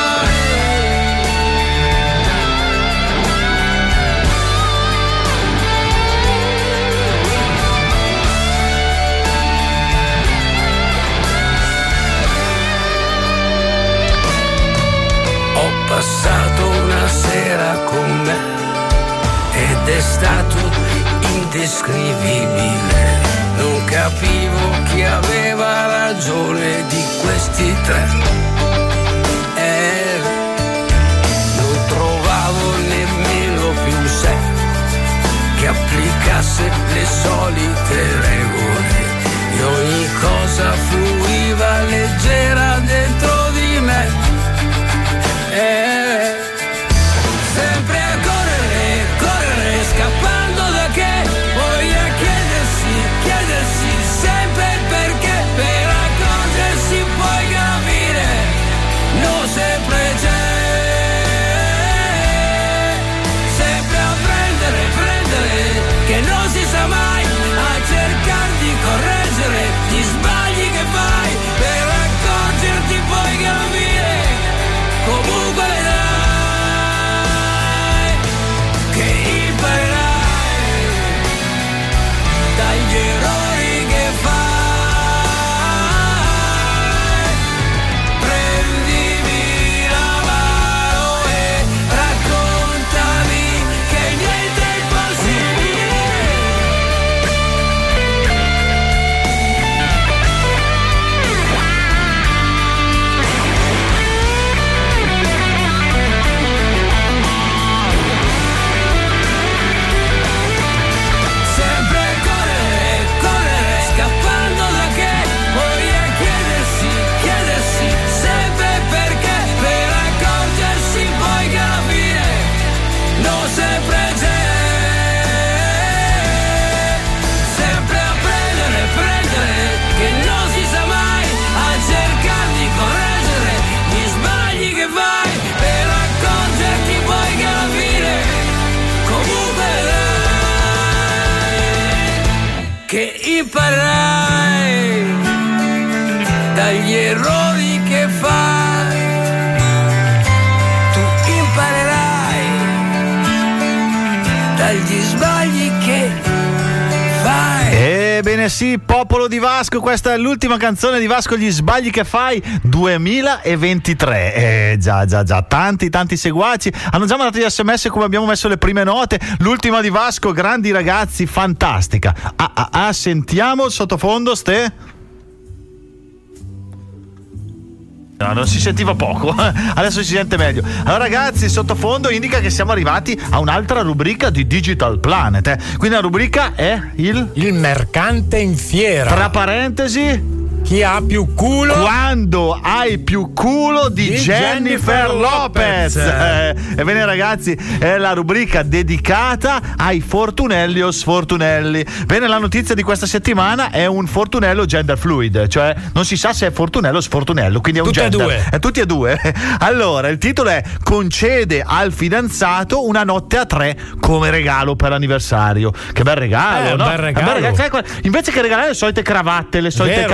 Ho passato una sera con me ed è stato indescrivibile. Non capivo chi aveva ragione di questi 3. Non trovavo nemmeno più un sé che applicasse le solite regole e ogni cosa fluiva leggera dentro di me. Sempre a correre, scappando da che, poi a chiedersi sempre perché, per accorgersi poi che alla fine non sempre c'è. Sempre a prendere, che non si sa mai, a cercare di correggere gli sbagli che fai, per accorgerti poi che alla fine comunque vedrai che imparerai dagli errori che fai. Prendimi la mano e raccontami che niente è impossibile. Sempre a correre, scappando da che, poi a chiedersi sempre perché, per accorgersi poi che alla fine non sempre c'è. Sempre a prendere, che non si sa mai, a cercare di correggere gli sbagli che fai, per accorgerti poi che alla fine comunque vedrai che imparerai dagli errori che fai. Tu imparerai dagli sbagli che fai. Ebbene sì, popolo di Vasco, questa è l'ultima canzone di Vasco, Gli sbagli che fai 2023. Già, tanti seguaci hanno già mandato gli sms come abbiamo messo le prime note. L'ultima di Vasco, grandi ragazzi, fantastica. Sentiamo il sottofondo, Ste. No, non si sentiva poco, adesso si sente meglio. Allora ragazzi, il sottofondo indica che siamo arrivati a un'altra rubrica di Digital Planet. Quindi la rubrica è il mercante in fiera. Tra parentesi, chi ha più culo? Quando hai più culo di Jennifer Lopez. Ebbene ragazzi, è la rubrica dedicata ai fortunelli o sfortunelli. Bene, la notizia di questa settimana è un fortunello gender fluid, cioè non si sa se è fortunello o sfortunello, quindi è un tutti gender. E due. Tutti e due. Allora, il titolo è: concede al fidanzato una notte a 3 come regalo per l'anniversario. Che bel regalo, no? Bel regalo. Invece che regalare le solite cravatte, le solite Vero. camicie,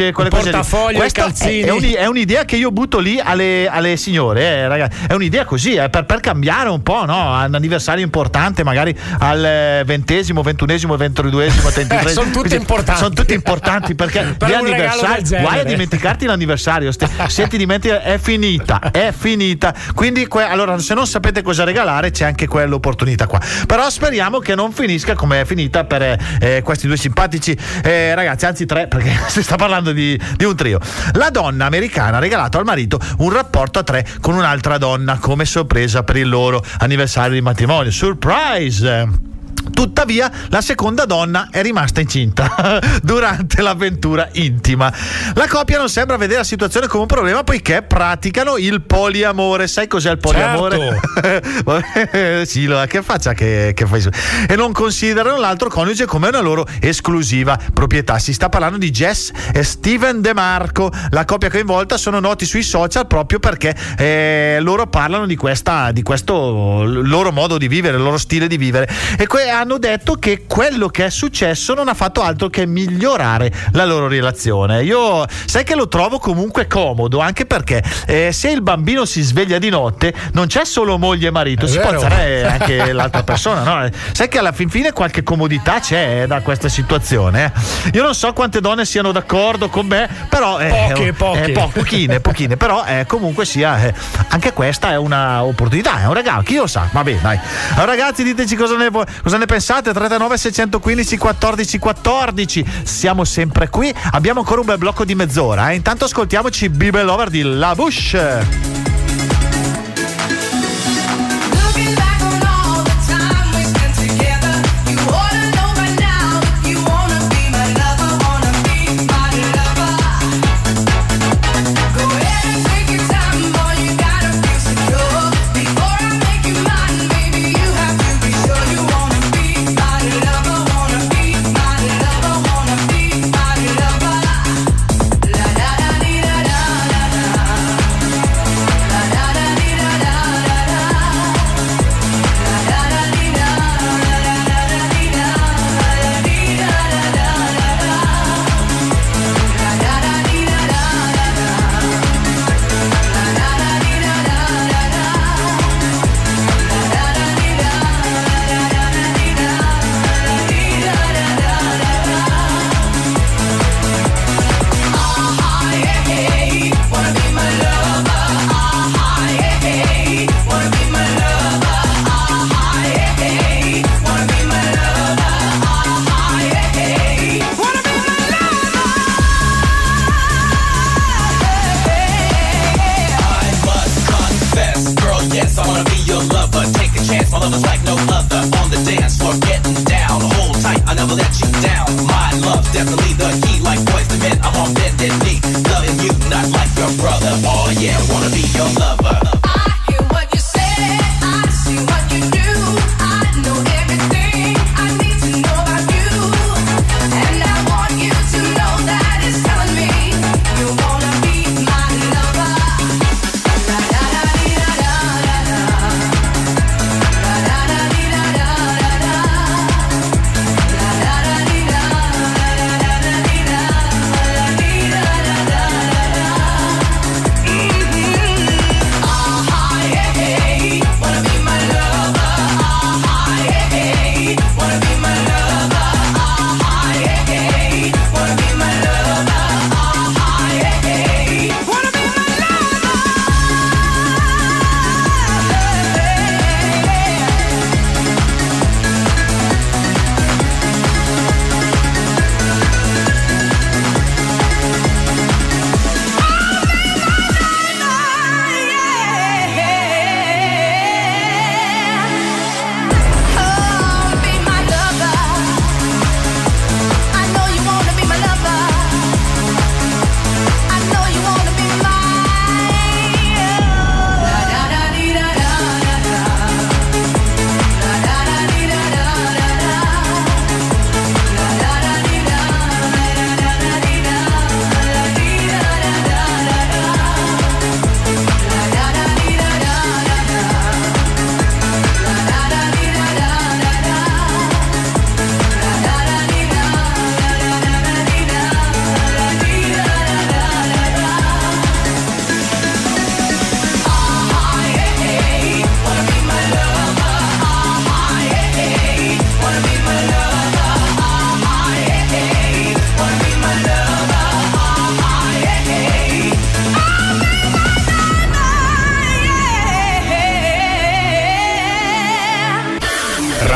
camicie, quelle cose lì. Portafoglio, Questa calzini. è un'idea che io butto lì alle signore, ragazzi. È un'idea così, per cambiare un po', no? Un anniversario importante, magari al 20esimo, 21esimo, 22esimo, 33esimo. Sono tutte importanti. Sono tutti importanti perché Per gli un regalo del anniversari, genere. guai a dimenticarti l'anniversario. Se ti dimentichi è finita. Quindi allora, se non sapete cosa regalare, c'è anche quell'opportunità qua. Però speriamo che non finisca come è finita per questi due simpatici ragazzi, anzi tre, perché si sta parlando di un trio. La donna americana ha regalato al marito un rapporto a tre con un'altra donna come sorpresa per il loro anniversario di matrimonio. Surprise! Tuttavia la seconda donna è rimasta incinta durante l'avventura intima. La coppia non sembra vedere la situazione come un problema, poiché praticano il poliamore. Sai cos'è il poliamore? Certo. Sì, che faccia che fai su. E non considerano l'altro coniuge come una loro esclusiva proprietà. Si sta parlando di Jess e Steven De Marco. La coppia coinvolta sono noti sui social proprio perché loro parlano di questo loro modo di vivere, il loro stile di vivere, e hanno detto che quello che è successo non ha fatto altro che migliorare la loro relazione. Io sai che lo trovo comunque comodo, anche perché se il bambino si sveglia di notte non c'è solo moglie e marito, si può alzare anche l'altra persona, no? Sai che alla fin fine qualche comodità c'è da questa situazione. Io non so quante donne siano d'accordo con me, però pochine, però comunque sia anche questa è una opportunità, è un regalo, chi lo sa. Va bene, dai. Allora, ragazzi, diteci cosa ne pensate. 39 615 14 14. Siamo sempre qui, abbiamo ancora un bel blocco di mezz'ora, intanto ascoltiamoci Bible Lover di La Bush.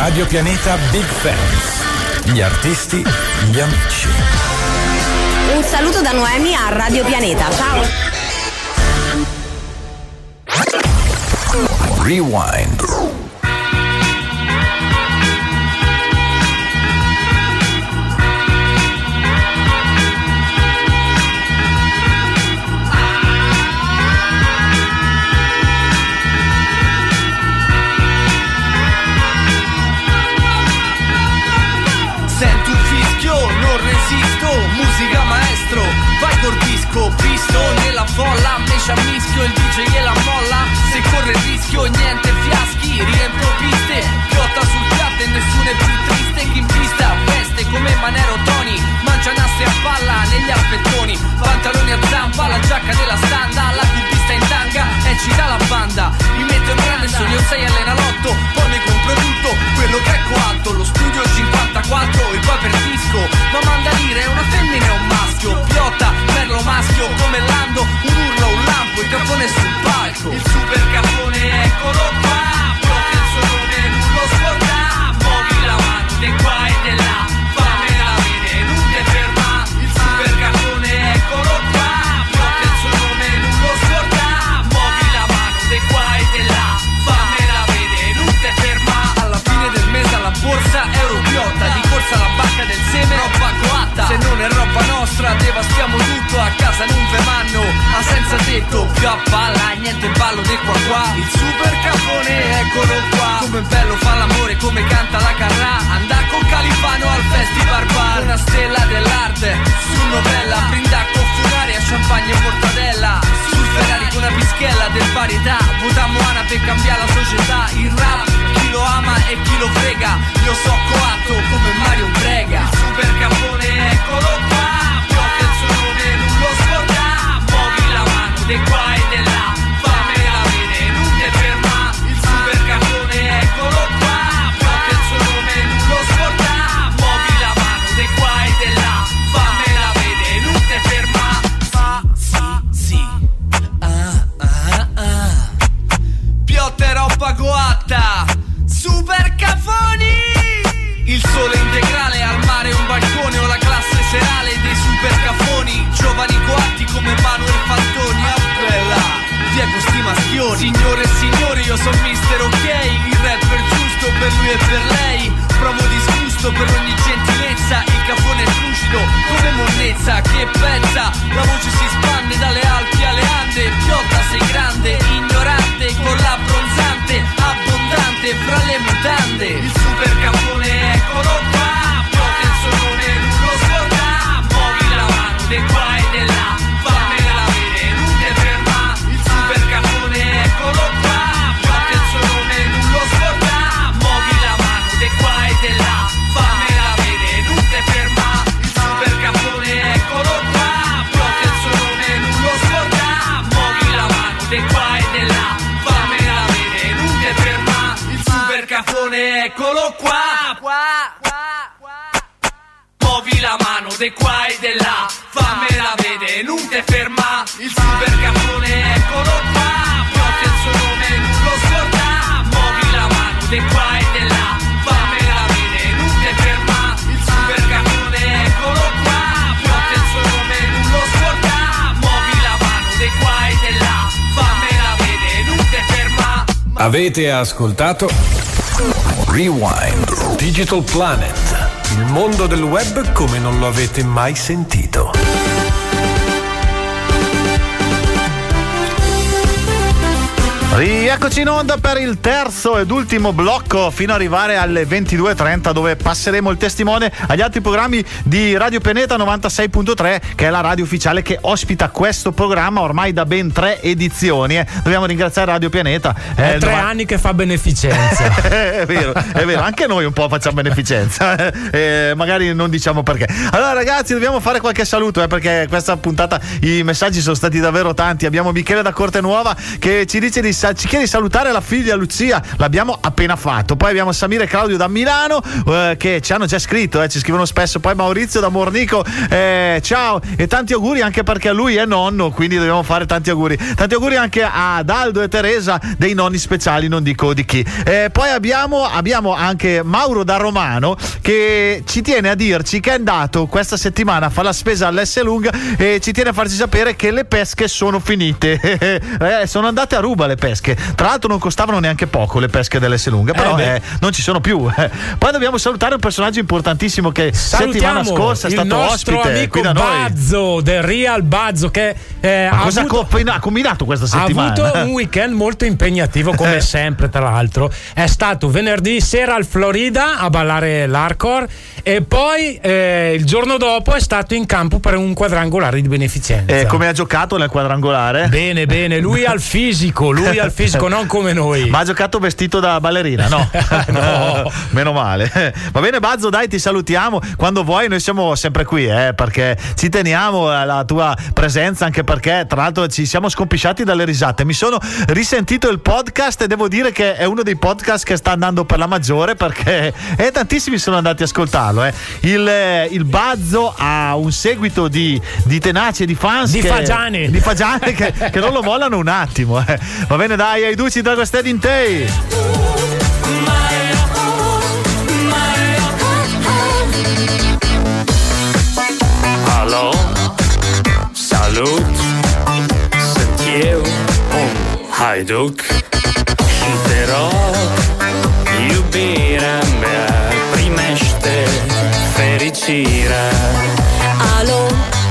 Radio Pianeta Big Fans. Gli artisti, gli amici. Un saluto da Noemi a Radio Pianeta. Ciao. Rewind. Sento un fischio, non resisto, musica maestro, vai col disco, visto nella folla, me ci ammischio, il DJ e la molla, se corre il rischio, niente fiaschi, riempio piste, piotta sul piatto e nessuno è più triste, chi in pista veste come Manero Tony, mangia nasse a palla negli alpettoni, pantaloni a zampa, la giacca della standa, la cubista in tanga e ci dà la banda, mi metto in grande sogno 6 all'enalotto, poi mi compro tutto, quello che è coatto, lo studio 54 e poi per disco, ma manda lire è una femmina e un maschio, piotta, merlo maschio come Lando, un urlo, un lampo, il cappone sul palco, il super cappone eccolo qua, blocca il suo nome, non lo scorda, muovi la mano di qua e di là, fammela vedere, non ti ferma, il super cappone eccolo qua, blocca il suo nome, non lo scorda, muovi la mano di qua e di là, fammela vedere, non ti ferma, alla fine del mese alla borsa euro piotta, di corsa alla banca del seme, roba coatta, se non è roba nostra devastiamo tutto, a casa non ve manno, a senza tetto, più a palla, niente ballo di qua qua, il super capone eccolo qua, come bello fa l'amore, come canta la Carrà, andà con Califano al festival bar, una stella dell'arte, su novella, brinda con funaria, champagne e mortadella, sul Ferrari con una pischella del varietà, votammo Ana per cambiare la società, il rap, chi lo ama e chi lo frega, io so coatto come Mario Brega, il super capone eccolo qua, blocca il suo nome, non lo scorda, muovi la mano di qua e di là, fammela vedere, non ti ferma, il super capone eccolo qua, blocca il suo nome, non lo scorda, muovi la mano di qua e di là, fammela vedere, non ti ferma, sì, piotta e roba coatta, super cafoni, il sole integrale al mare, un balcone o la classe serale dei super cafoni, giovani coatti come Manuel Fantoni, ah bella, via con sti maschioni, signore e signori io sono Mister Ok, il rapper giusto per lui e per lei, provo disgusto per ogni gentilezza, il cafone è lucido come monnezza, che pezza, la voce si spande dalle Alpi alle Ande, piotta sei grande, ignorante, con la bronzante, abbondante fra le mutande, il super capone eccolo qua, blocca il suo nome, non lo scorda, muovi la mano di qua e di là, fammela vedere, non ti ferma, il super capone eccolo qua, blocca il suo nome, non lo scorda, muovi la mano di qua e di là, fammela vedere, non ti ferma, il super capone eccolo qua, blocca il suo nome, non lo scorda, muovi la mano di qua e di là, fammela vedere, non ti ferma, il super capone eccolo qua, muovi la mano di qua e di là, fammela vedere, non ti ferma, il super capone eccolo qua, blocca il suo nome, non lo scorda, muovi la mano di qua e di là, fammela vedere, non ti ferma, il super capone eccolo qua, blocca il suo nome, non lo scorda, muovi la mano di qua e di là, fammela vedere, non ti ferma. Avete ascoltato Rewind Digital Planet, il mondo del web come non lo avete mai sentito. Rieccoci in onda per il terzo ed ultimo blocco fino ad arrivare alle 22:30, dove passeremo il testimone agli altri programmi di Radio Pianeta 96.3, che è la radio ufficiale che ospita questo programma ormai da ben 3 edizioni. Dobbiamo ringraziare Radio Pianeta. È 3 anni che fa beneficenza. È vero, anche noi un po' facciamo beneficenza. Magari non diciamo perché. Allora ragazzi, dobbiamo fare qualche saluto, perché questa puntata i messaggi sono stati davvero tanti. Abbiamo Michele da Cortenuova che ci dice di ci chiede di salutare la figlia Lucia, l'abbiamo appena fatto. Poi abbiamo Samira e Claudio da Milano che ci hanno già scritto, ci scrivono spesso. Poi Maurizio da Mornico, ciao e tanti auguri, anche perché lui è nonno, quindi dobbiamo fare tanti auguri anche ad Aldo e Teresa dei nonni speciali, non dico di chi. Poi abbiamo anche Mauro da Romano che ci tiene a dirci che è andato questa settimana a fare la spesa all'Esselunga e ci tiene a farci sapere che le pesche sono finite. Sono andate a ruba le pesche, tra l'altro non costavano neanche poco le pesche dell'Esselunga, però non ci sono più. Poi dobbiamo salutare un personaggio importantissimo che settimana scorsa è stato ospite qui da noi, Bazzo del Real Bazzo, che ha combinato questa settimana? Ha avuto un weekend molto impegnativo come sempre, tra l'altro. È stato venerdì sera al Florida a ballare l'hardcore e poi il giorno dopo è stato in campo per un quadrangolare di beneficenza. Come ha giocato nel quadrangolare? Bene, lui al fisico, non come noi. Ma ha giocato vestito da ballerina? No. No. Meno male. Va bene Bazzo, dai, ti salutiamo. Quando vuoi noi siamo sempre qui, perché ci teniamo alla tua presenza, anche perché tra l'altro ci siamo scompisciati dalle risate. Mi sono risentito il podcast e devo dire che è uno dei podcast che sta andando per la maggiore, perché tantissimi sono andati a ascoltarlo. Il Bazzo ha un seguito di tenaci e di fans, di fagiani che non lo mollano un attimo. Va bene, dai, ai duci da questi in te. Hallo, salut, sunt eu un haiduc și te rog, iubirea mea, primește fericirea. Alo,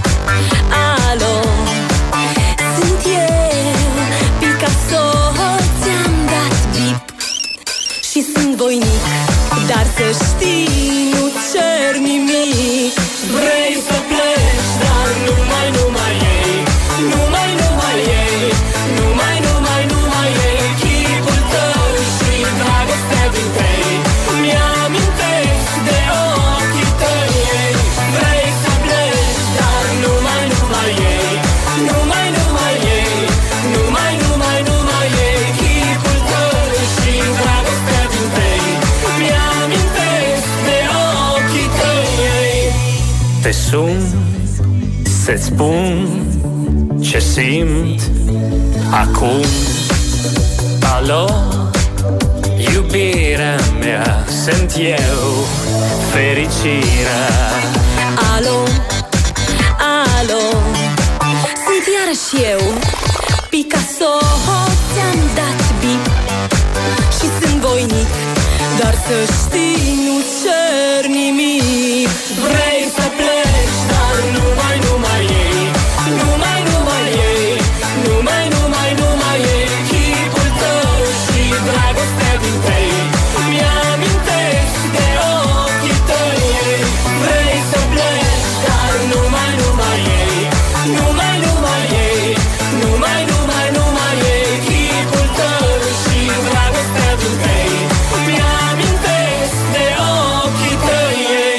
sunt eu, Picasso, ți-am dat bip și sunt voinic, dar să știi, nu cer nimic. Vrei să pleci, dar numai ei, numai ei, numai ei, chipul tău și dragostea din tei, mi-amintesc de ochii tăi. Vrei să pleci, dar numai ei, numai ei, numai ei, chipul tău și dragostea din tei, mi-amintesc de ochii tăi. Te sun să-ți spun ce simt acum. Alo, iubirea mea, sunt eu, fericirea. Alo, sunt iarăși eu, Picasso, ți-am dat bip și sunt voinic, dar să știi, nu cer nimic. Vrei să pleci, dar numai ei, numai ei, numai ei, chipul tău și dragostea din tei, mi-amintesc de ochii tăi. Vrei să pleci, dar numai ei, numai ei, numai ei, chipul tău și dragostea din tei, mi-amintesc de ochii tăi.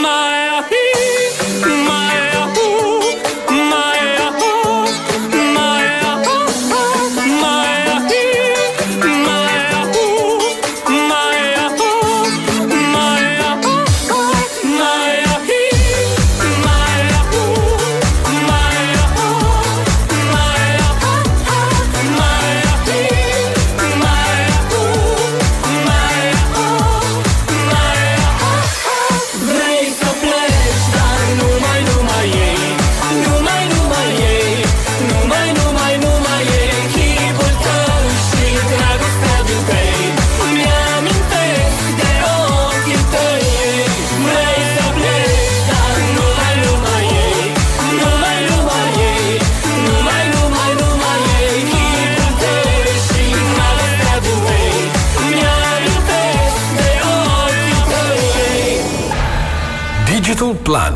Digital Plan.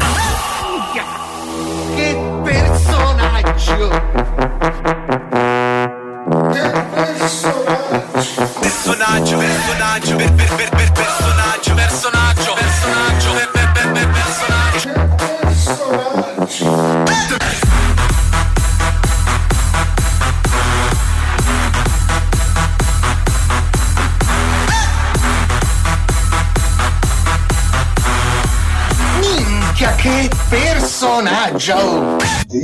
Che personaggio! Personaggio, Joe.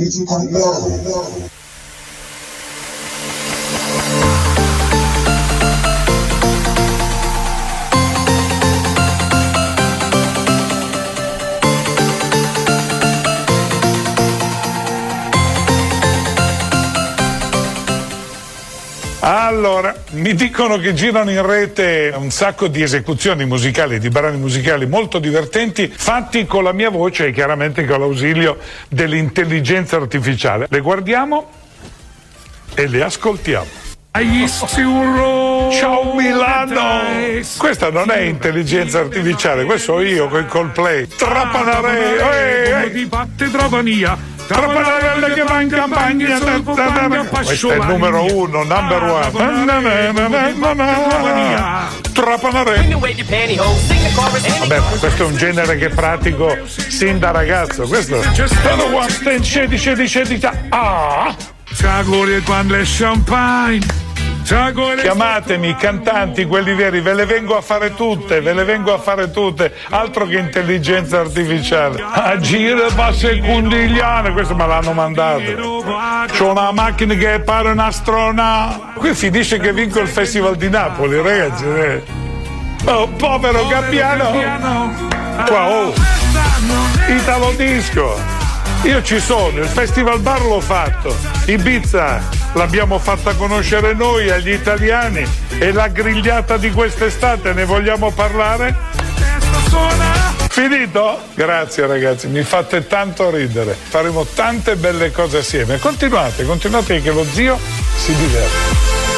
Allora, mi dicono che girano in rete un sacco di esecuzioni musicali, di brani musicali molto divertenti, fatti con la mia voce e chiaramente con l'ausilio dell'intelligenza artificiale. Le guardiamo e le ascoltiamo. Ciao Milano! Questa non è intelligenza artificiale, questo sono io con Coldplay. Trapanare! Di batte Travania. Trapanarelle che va in campagna. Questo è il numero uno, number one. Trapanare. Vabbè, ma questo è un genere che pratico sin da ragazzo. Questo C'ha gloria quando è champagne. Chiamatemi cantanti, quelli veri, ve le vengo a fare tutte, altro che intelligenza artificiale. A gira basse condigliane, questo me l'hanno mandato. C'ho una macchina che pare un'astronave. Qui finisce che vinco il Festival di Napoli, ragazzi. Oh, povero Gabbiano. Qua, oh, Italo Disco. Io ci sono, il Festival Bar l'ho fatto, Ibiza l'abbiamo fatta conoscere noi agli italiani e la grigliata di quest'estate, ne vogliamo parlare? Finito? Grazie ragazzi, mi fate tanto ridere, faremo tante belle cose assieme. Continuate che lo zio si diverte.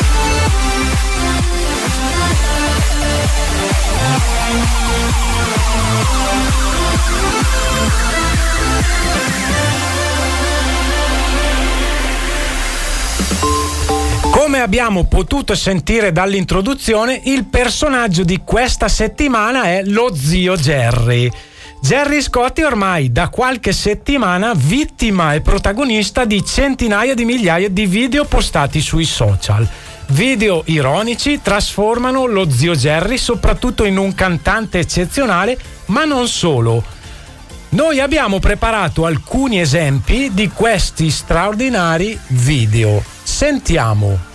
Come abbiamo potuto sentire dall'introduzione, il personaggio di questa settimana è lo zio Jerry. Gerry Scotti ormai da qualche settimana vittima e protagonista di centinaia di migliaia di video postati sui social. Video ironici trasformano lo zio Jerry soprattutto in un cantante eccezionale, ma non solo. Noi abbiamo preparato alcuni esempi di questi straordinari video. Sentiamo.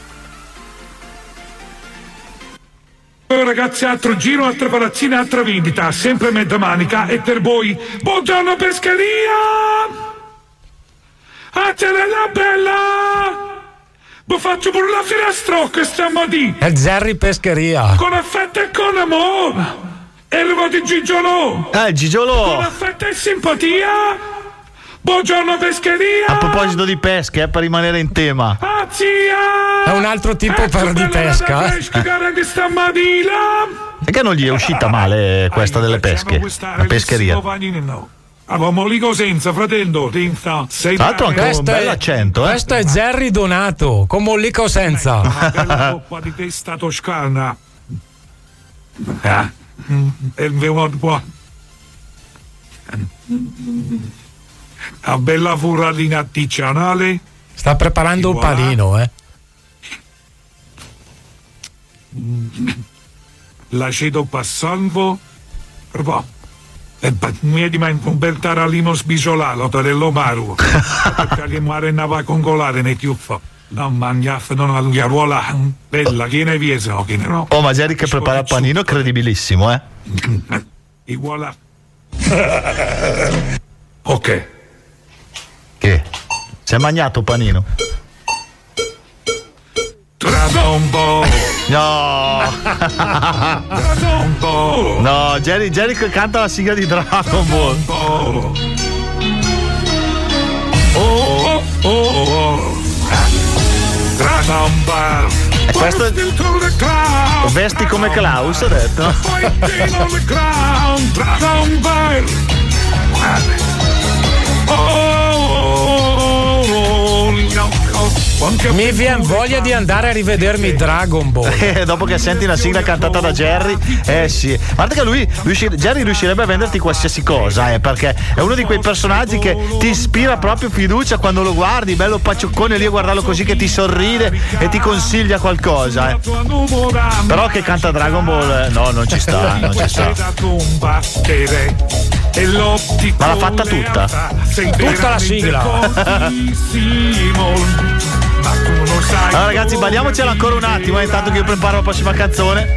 Ragazzi, altro giro, altra palazzina, altra vendita, sempre mezza manica e per voi. Buongiorno pescheria! Ah, c'è la bella! Vi faccio pure la finestrocca stamattina! È Jerry Pescheria! Con affetto e con amore! E arrivato il Gigiolò! Gigiolò! Con affetto e simpatia! Buongiorno pescheria! A proposito di pesche, per rimanere in tema. Ah, zia! È un altro tipo di pesca. Che stamattina! E che non gli è uscita male questa delle pesche? La pescheria. Avevamo lì senza, fratello. Tra l'altro anche un bel accento, Questo è Jerry Donato, con mollico senza. Una bella coppa di testa toscana. E il mio buono. Una bella furradina artigianale. Sta preparando un panino, L'aceto passando. E mi dimentico un bel taralino sbisolato dell'Omaru. Perché le mare nava congolare ne tiuffa. Non mangiasse, non la ruola. Bella, chi ne viese o chi ne no. Oh, ma Jerry che prepara il panino è credibilissimo, E voilà. Ok. Che? Si è mangiato panino? Dragon Ball! No! Dragon Ball! No, Jerry canta la sigla di Dragon Ball. Dragon Ball! E questo vesti come Klaus, ho detto. Dragon Ball! Mi viene voglia di andare a rivedermi Dragon Ball. Dopo che senti una sigla cantata da Jerry, sì. Guarda che Jerry riuscirebbe a venderti qualsiasi cosa, perché è uno di quei personaggi che ti ispira proprio fiducia quando lo guardi, bello paccioccone lì a guardarlo così che ti sorride e ti consiglia qualcosa. Però che canta Dragon Ball, no, non ci sta. e l'ottico. Ma l'ha fatta tutta? Tutta la sigla. Allora ragazzi, balliamocela ancora un attimo, intanto che io preparo la prossima canzone.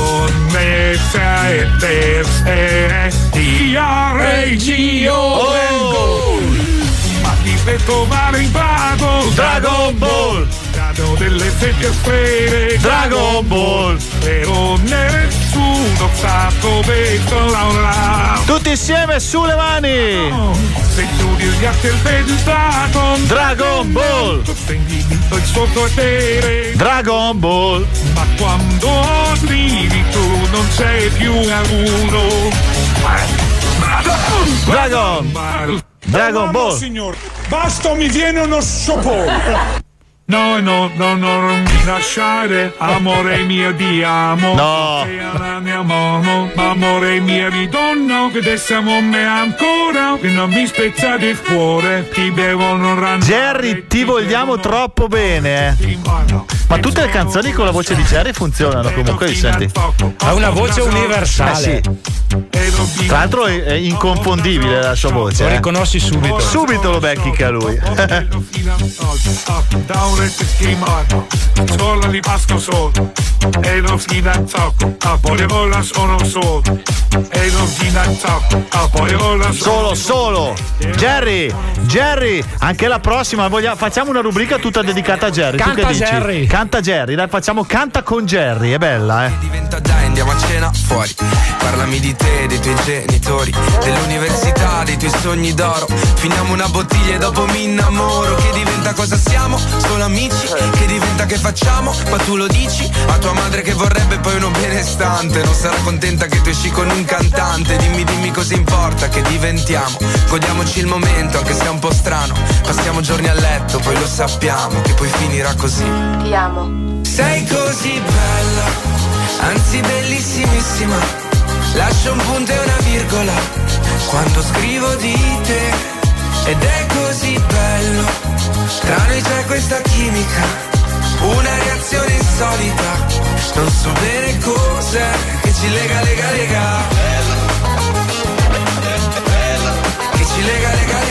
Ma ti metto male in vado Dragon Ball, dado delle sette sfere Dragon Ball, però nessuno sa dove sto. tutti insieme sulle mani. Se chiudi gli altri il pensato Dragon Ball, prendi il suo potere Dragon Ball, ma quando arrivi tu non sei più a uno. Dragon Ball. Signore, basta, mi viene uno sciopero. No, non mi lasciare, amore mio, ti amo. No. Amore mio, di donna, che adesso me ancora, che non mi spezzate il cuore, ti bevono ranzare. Jerry, ti vogliamo troppo bene. Ma tutte le canzoni con la voce di Jerry funzionano comunque, li senti? Ha una voce universale. Sì. Tra l'altro è inconfondibile la sua voce. Lo riconosci subito. Subito lo becchi che a lui. Solo li pasco solo e non fidanzato, a poi ora sono solo e non fidanzato, a poi ora solo. Jerry, anche la prossima facciamo una rubrica tutta dedicata a Jerry. Canta tu che dici? Jerry. Canta Jerry, dai, facciamo Canta con Jerry, è bella, Diventa dai, andiamo a cena fuori. Parlami di te, dei tuoi genitori, dell'università, dei tuoi sogni d'oro. Finiamo una bottiglia e dopo mi innamoro. Che diventa cosa siamo? Solo amici. Che diventa che facciamo? Ma tu lo dici a tua madre che vorrebbe poi uno benestante. Non sarà contenta che tu esci con un cantante. Dimmi cosa importa che diventiamo. Godiamoci il momento anche se è un po' strano. Passiamo giorni a letto, poi lo sappiamo che poi finirà così. Ti amo. Sei così bella, anzi bellissimissima. Lascio un punto e una virgola quando scrivo di te. Ed è così bello, tra noi c'è questa chimica, una reazione insolita. Non so bene cos'è che ci lega. Che ci lega.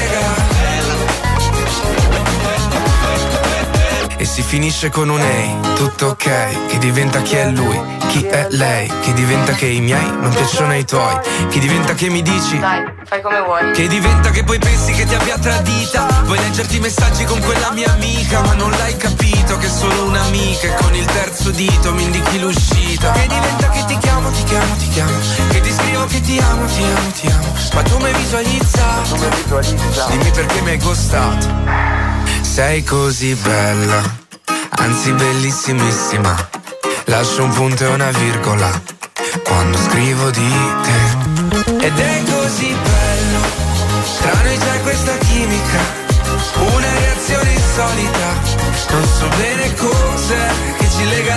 E si finisce con un ehi, tutto ok. Che diventa chi è lui, chi è lei. Che diventa che i miei non piacciono ai tuoi. Che diventa che mi dici Dai, fai come vuoi. che diventa che poi pensi che ti abbia tradita. Vuoi leggerti i messaggi con quella mia amica, ma non l'hai capito che è solo un'amica. E con il terzo dito mi indichi l'uscita. Che diventa che ti chiamo. Che ti scrivo che ti amo. Ma tu mi hai visualizzato. Dimmi perché mi hai ghostato. Sei così bella, anzi bellissimissima. Lascio un punto e una virgola quando scrivo di te. Ed è così bello, tra noi c'è questa chimica, una reazione insolita. Non so bene cos'è che ci lega.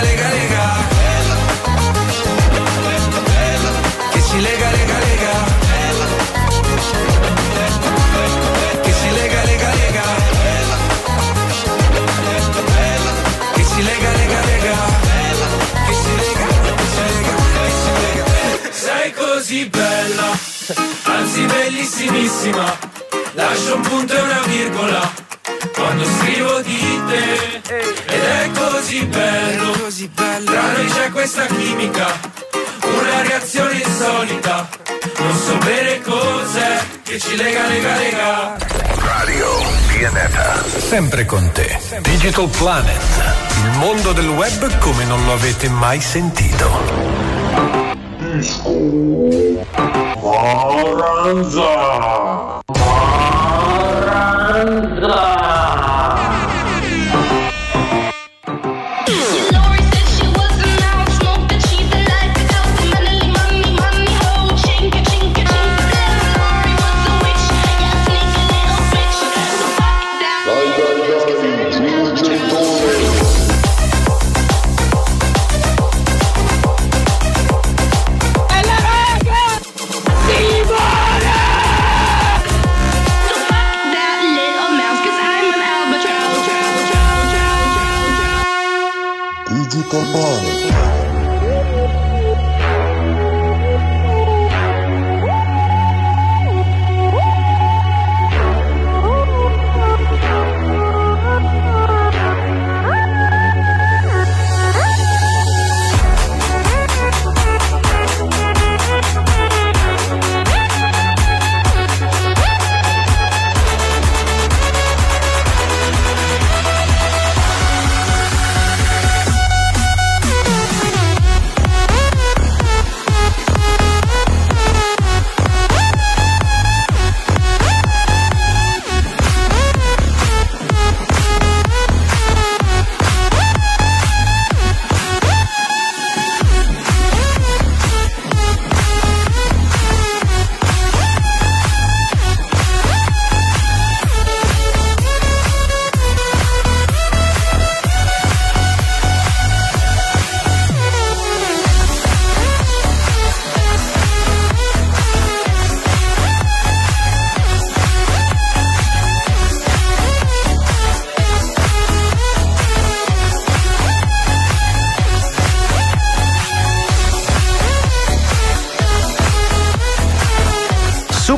Che ci lega. Che ci lega. Sei così bella, anzi bellissimissima. Lascio un punto e una virgola quando scrivo di te. Ed è così bello, tra noi c'è questa chimica, una reazione insolita. Non so bene cos'è che ci lega. Radio Pianeta. Sempre con te. Digital Planet. Il mondo del web come non lo avete mai sentito.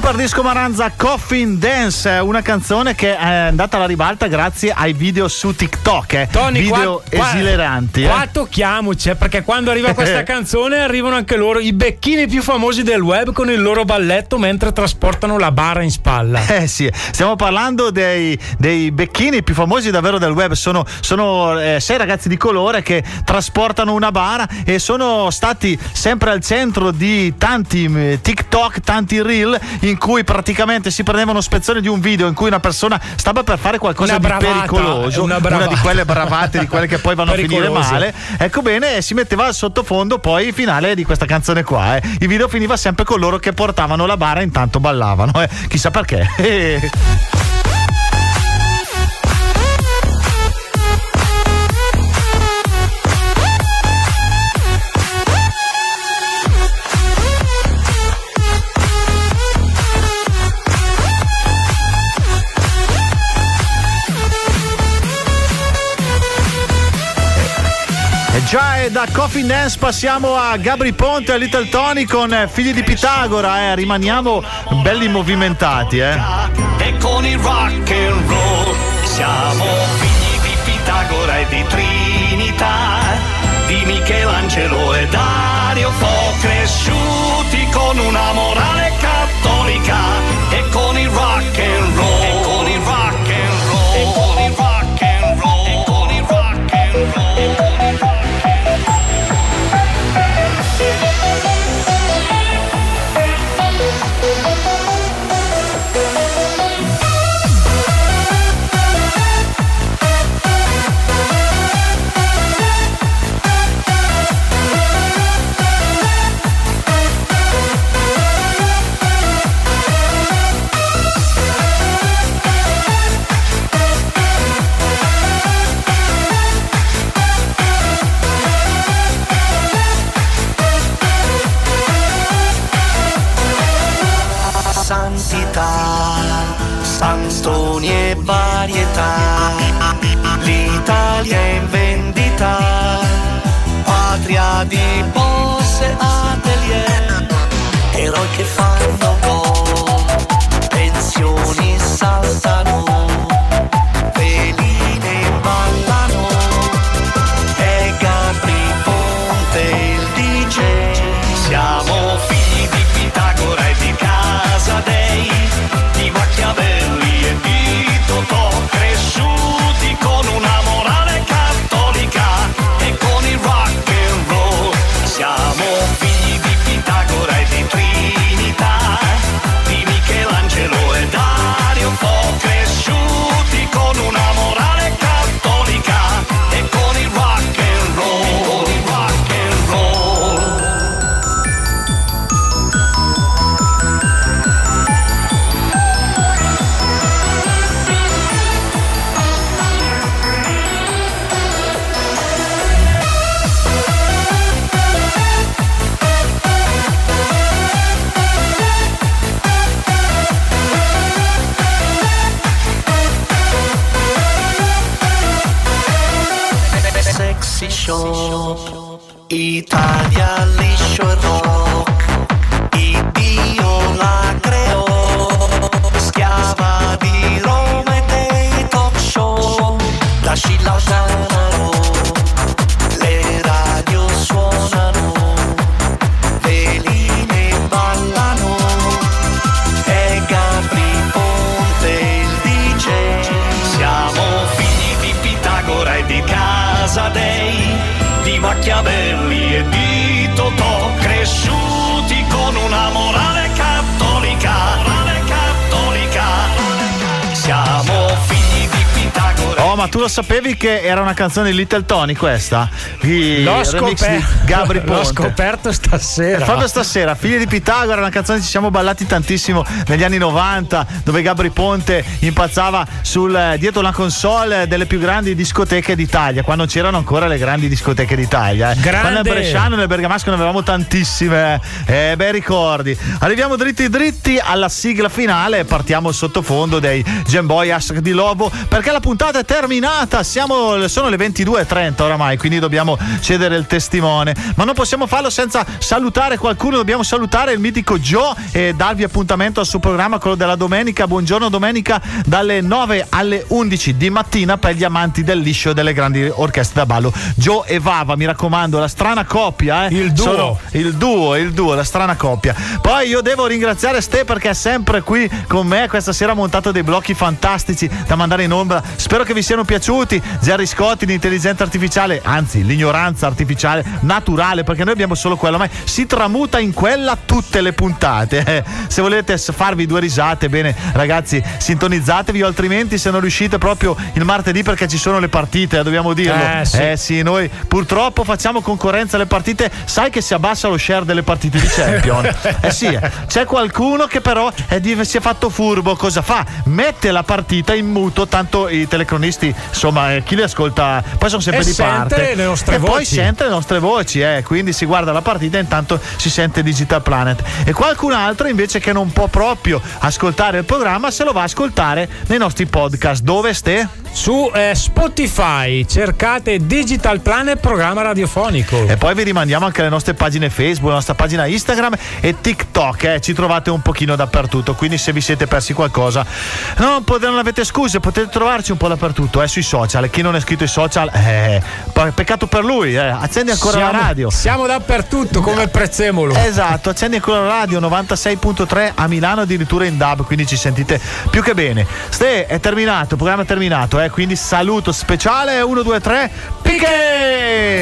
Super Disco Maranza Coffin Dance, una canzone che è andata alla ribalta grazie ai video su TikTok, Tony, video esileranti. Qua tocchiamoci, perché quando arriva questa canzone arrivano anche loro, i becchini più famosi del web, con il loro balletto mentre trasportano la bara in spalla. Sì, stiamo parlando dei becchini più famosi davvero del web. Sono 6 ragazzi di colore che trasportano una bara e sono stati sempre al centro di tanti TikTok, tanti reel, in cui praticamente si prendevano spezzoni di un video in cui una persona stava per fare qualcosa di pericoloso, una di quelle bravate, di quelle che poi vanno a finire male. Ecco bene, si metteva al sottofondo poi il finale di questa canzone qua. Il video finiva sempre con loro che portavano la bara e intanto ballavano, chissà perché. Già, e da Coffin Dance passiamo a Gabry Ponte e a Little Tony con Figli di Pitagora, rimaniamo belli movimentati. E con il rock and roll siamo figli di Pitagora e di Trinità, di Michelangelo e Dario Fo, cresciuti con una morale cattolica. E con il rock and roll, e con il rock and roll, e con il rock and roll, e con il rock and roll. Santoni e varietà, l'Italia è in vendita, patria di boss e atelier, eroi che fanno gol, pensioni saltano, veline ballano, e Gabry Ponte il DJ, siamo figli di Pitagora e di Casadei, di Machiavelli e di Totò, cresciuti con una morale cattolica. E con il rock and roll siamo figli di Pitagora e di Trinità, di Michelangelo e Dario Fo, cresciuti con una morale cattolica. E con il rock and roll, con il rock and roll. Sexy shop, Italia liscio e rock, Dio la creò, schiava di Roma e dei talk show, la scilla usano, le radio suonano, veline ballano, e Gabry Ponte il DJ, siamo figli di Pitagora e di Casadei, di Machiavelli e di Totò, cresciuti con una morale cattolica, siamo figli di Pitagora. Oh, ma tu lo sapevi che era una canzone di Little Tony questa? L'ho Gabry Ponte. L'ho scoperto stasera. Proprio stasera, Figli di Pitagora, una canzone che ci siamo ballati tantissimo negli anni 90, dove Gabry Ponte impazzava dietro la console delle più grandi discoteche d'Italia, quando c'erano ancora le grandi discoteche d'Italia. Quando nel Bresciano e nel Bergamasco ne avevamo tantissime. Bei ricordi. Arriviamo dritti alla sigla finale e partiamo il sottofondo dei Gemboy Ask di Lobo, perché la puntata è terminata. terminata, sono le 22:30 oramai, quindi dobbiamo cedere il testimone, ma non possiamo farlo senza salutare qualcuno. Dobbiamo salutare il mitico Joe e darvi appuntamento al suo programma, quello della domenica. Buongiorno domenica dalle 9 alle 11 di mattina per gli amanti del liscio e delle grandi orchestre da ballo. Joe e Vava, mi raccomando, la strana coppia, il duo. Il duo, la strana coppia. Poi io devo ringraziare Ste perché è sempre qui con me. Questa sera ha montato dei blocchi fantastici da mandare in onda. Spero che vi siano piaciuti. Gerry Scotti, l'intelligenza artificiale, anzi l'ignoranza artificiale naturale, perché noi abbiamo solo quella, ma si tramuta in quella tutte le puntate. Se volete farvi due risate, bene ragazzi, sintonizzatevi, o altrimenti se non riuscite proprio il martedì, perché ci sono le partite, dobbiamo dirlo. Sì, noi purtroppo facciamo concorrenza alle partite. Sai che si abbassa lo share delle partite di Champion? C'è qualcuno che però si è fatto furbo. Cosa fa? Mette la partita in muto, tanto i telecronisti, insomma, chi li ascolta poi sono sempre di parte le nostre voci. Poi sente le nostre voci, quindi si guarda la partita e intanto si sente Digital Planet. E qualcun altro invece, che non può proprio ascoltare il programma, se lo va a ascoltare nei nostri podcast. Dove Ste? Su Spotify cercate Digital Planet programma radiofonico. E poi vi rimandiamo anche alle nostre pagine Facebook, la nostra pagina Instagram e TikTok, ci trovate un pochino dappertutto, quindi se vi siete persi qualcosa non avete scuse, potete trovarci un po' dappertutto, sui social. E chi non è iscritto ai social, peccato per lui, accendi ancora la radio. Siamo dappertutto come il prezzemolo. Esatto, accendi ancora la radio 96.3 a Milano, addirittura in DAB, quindi ci sentite più che bene. Ste, è terminato, il programma è terminato, quindi saluto speciale 1, 2, 3, Picche!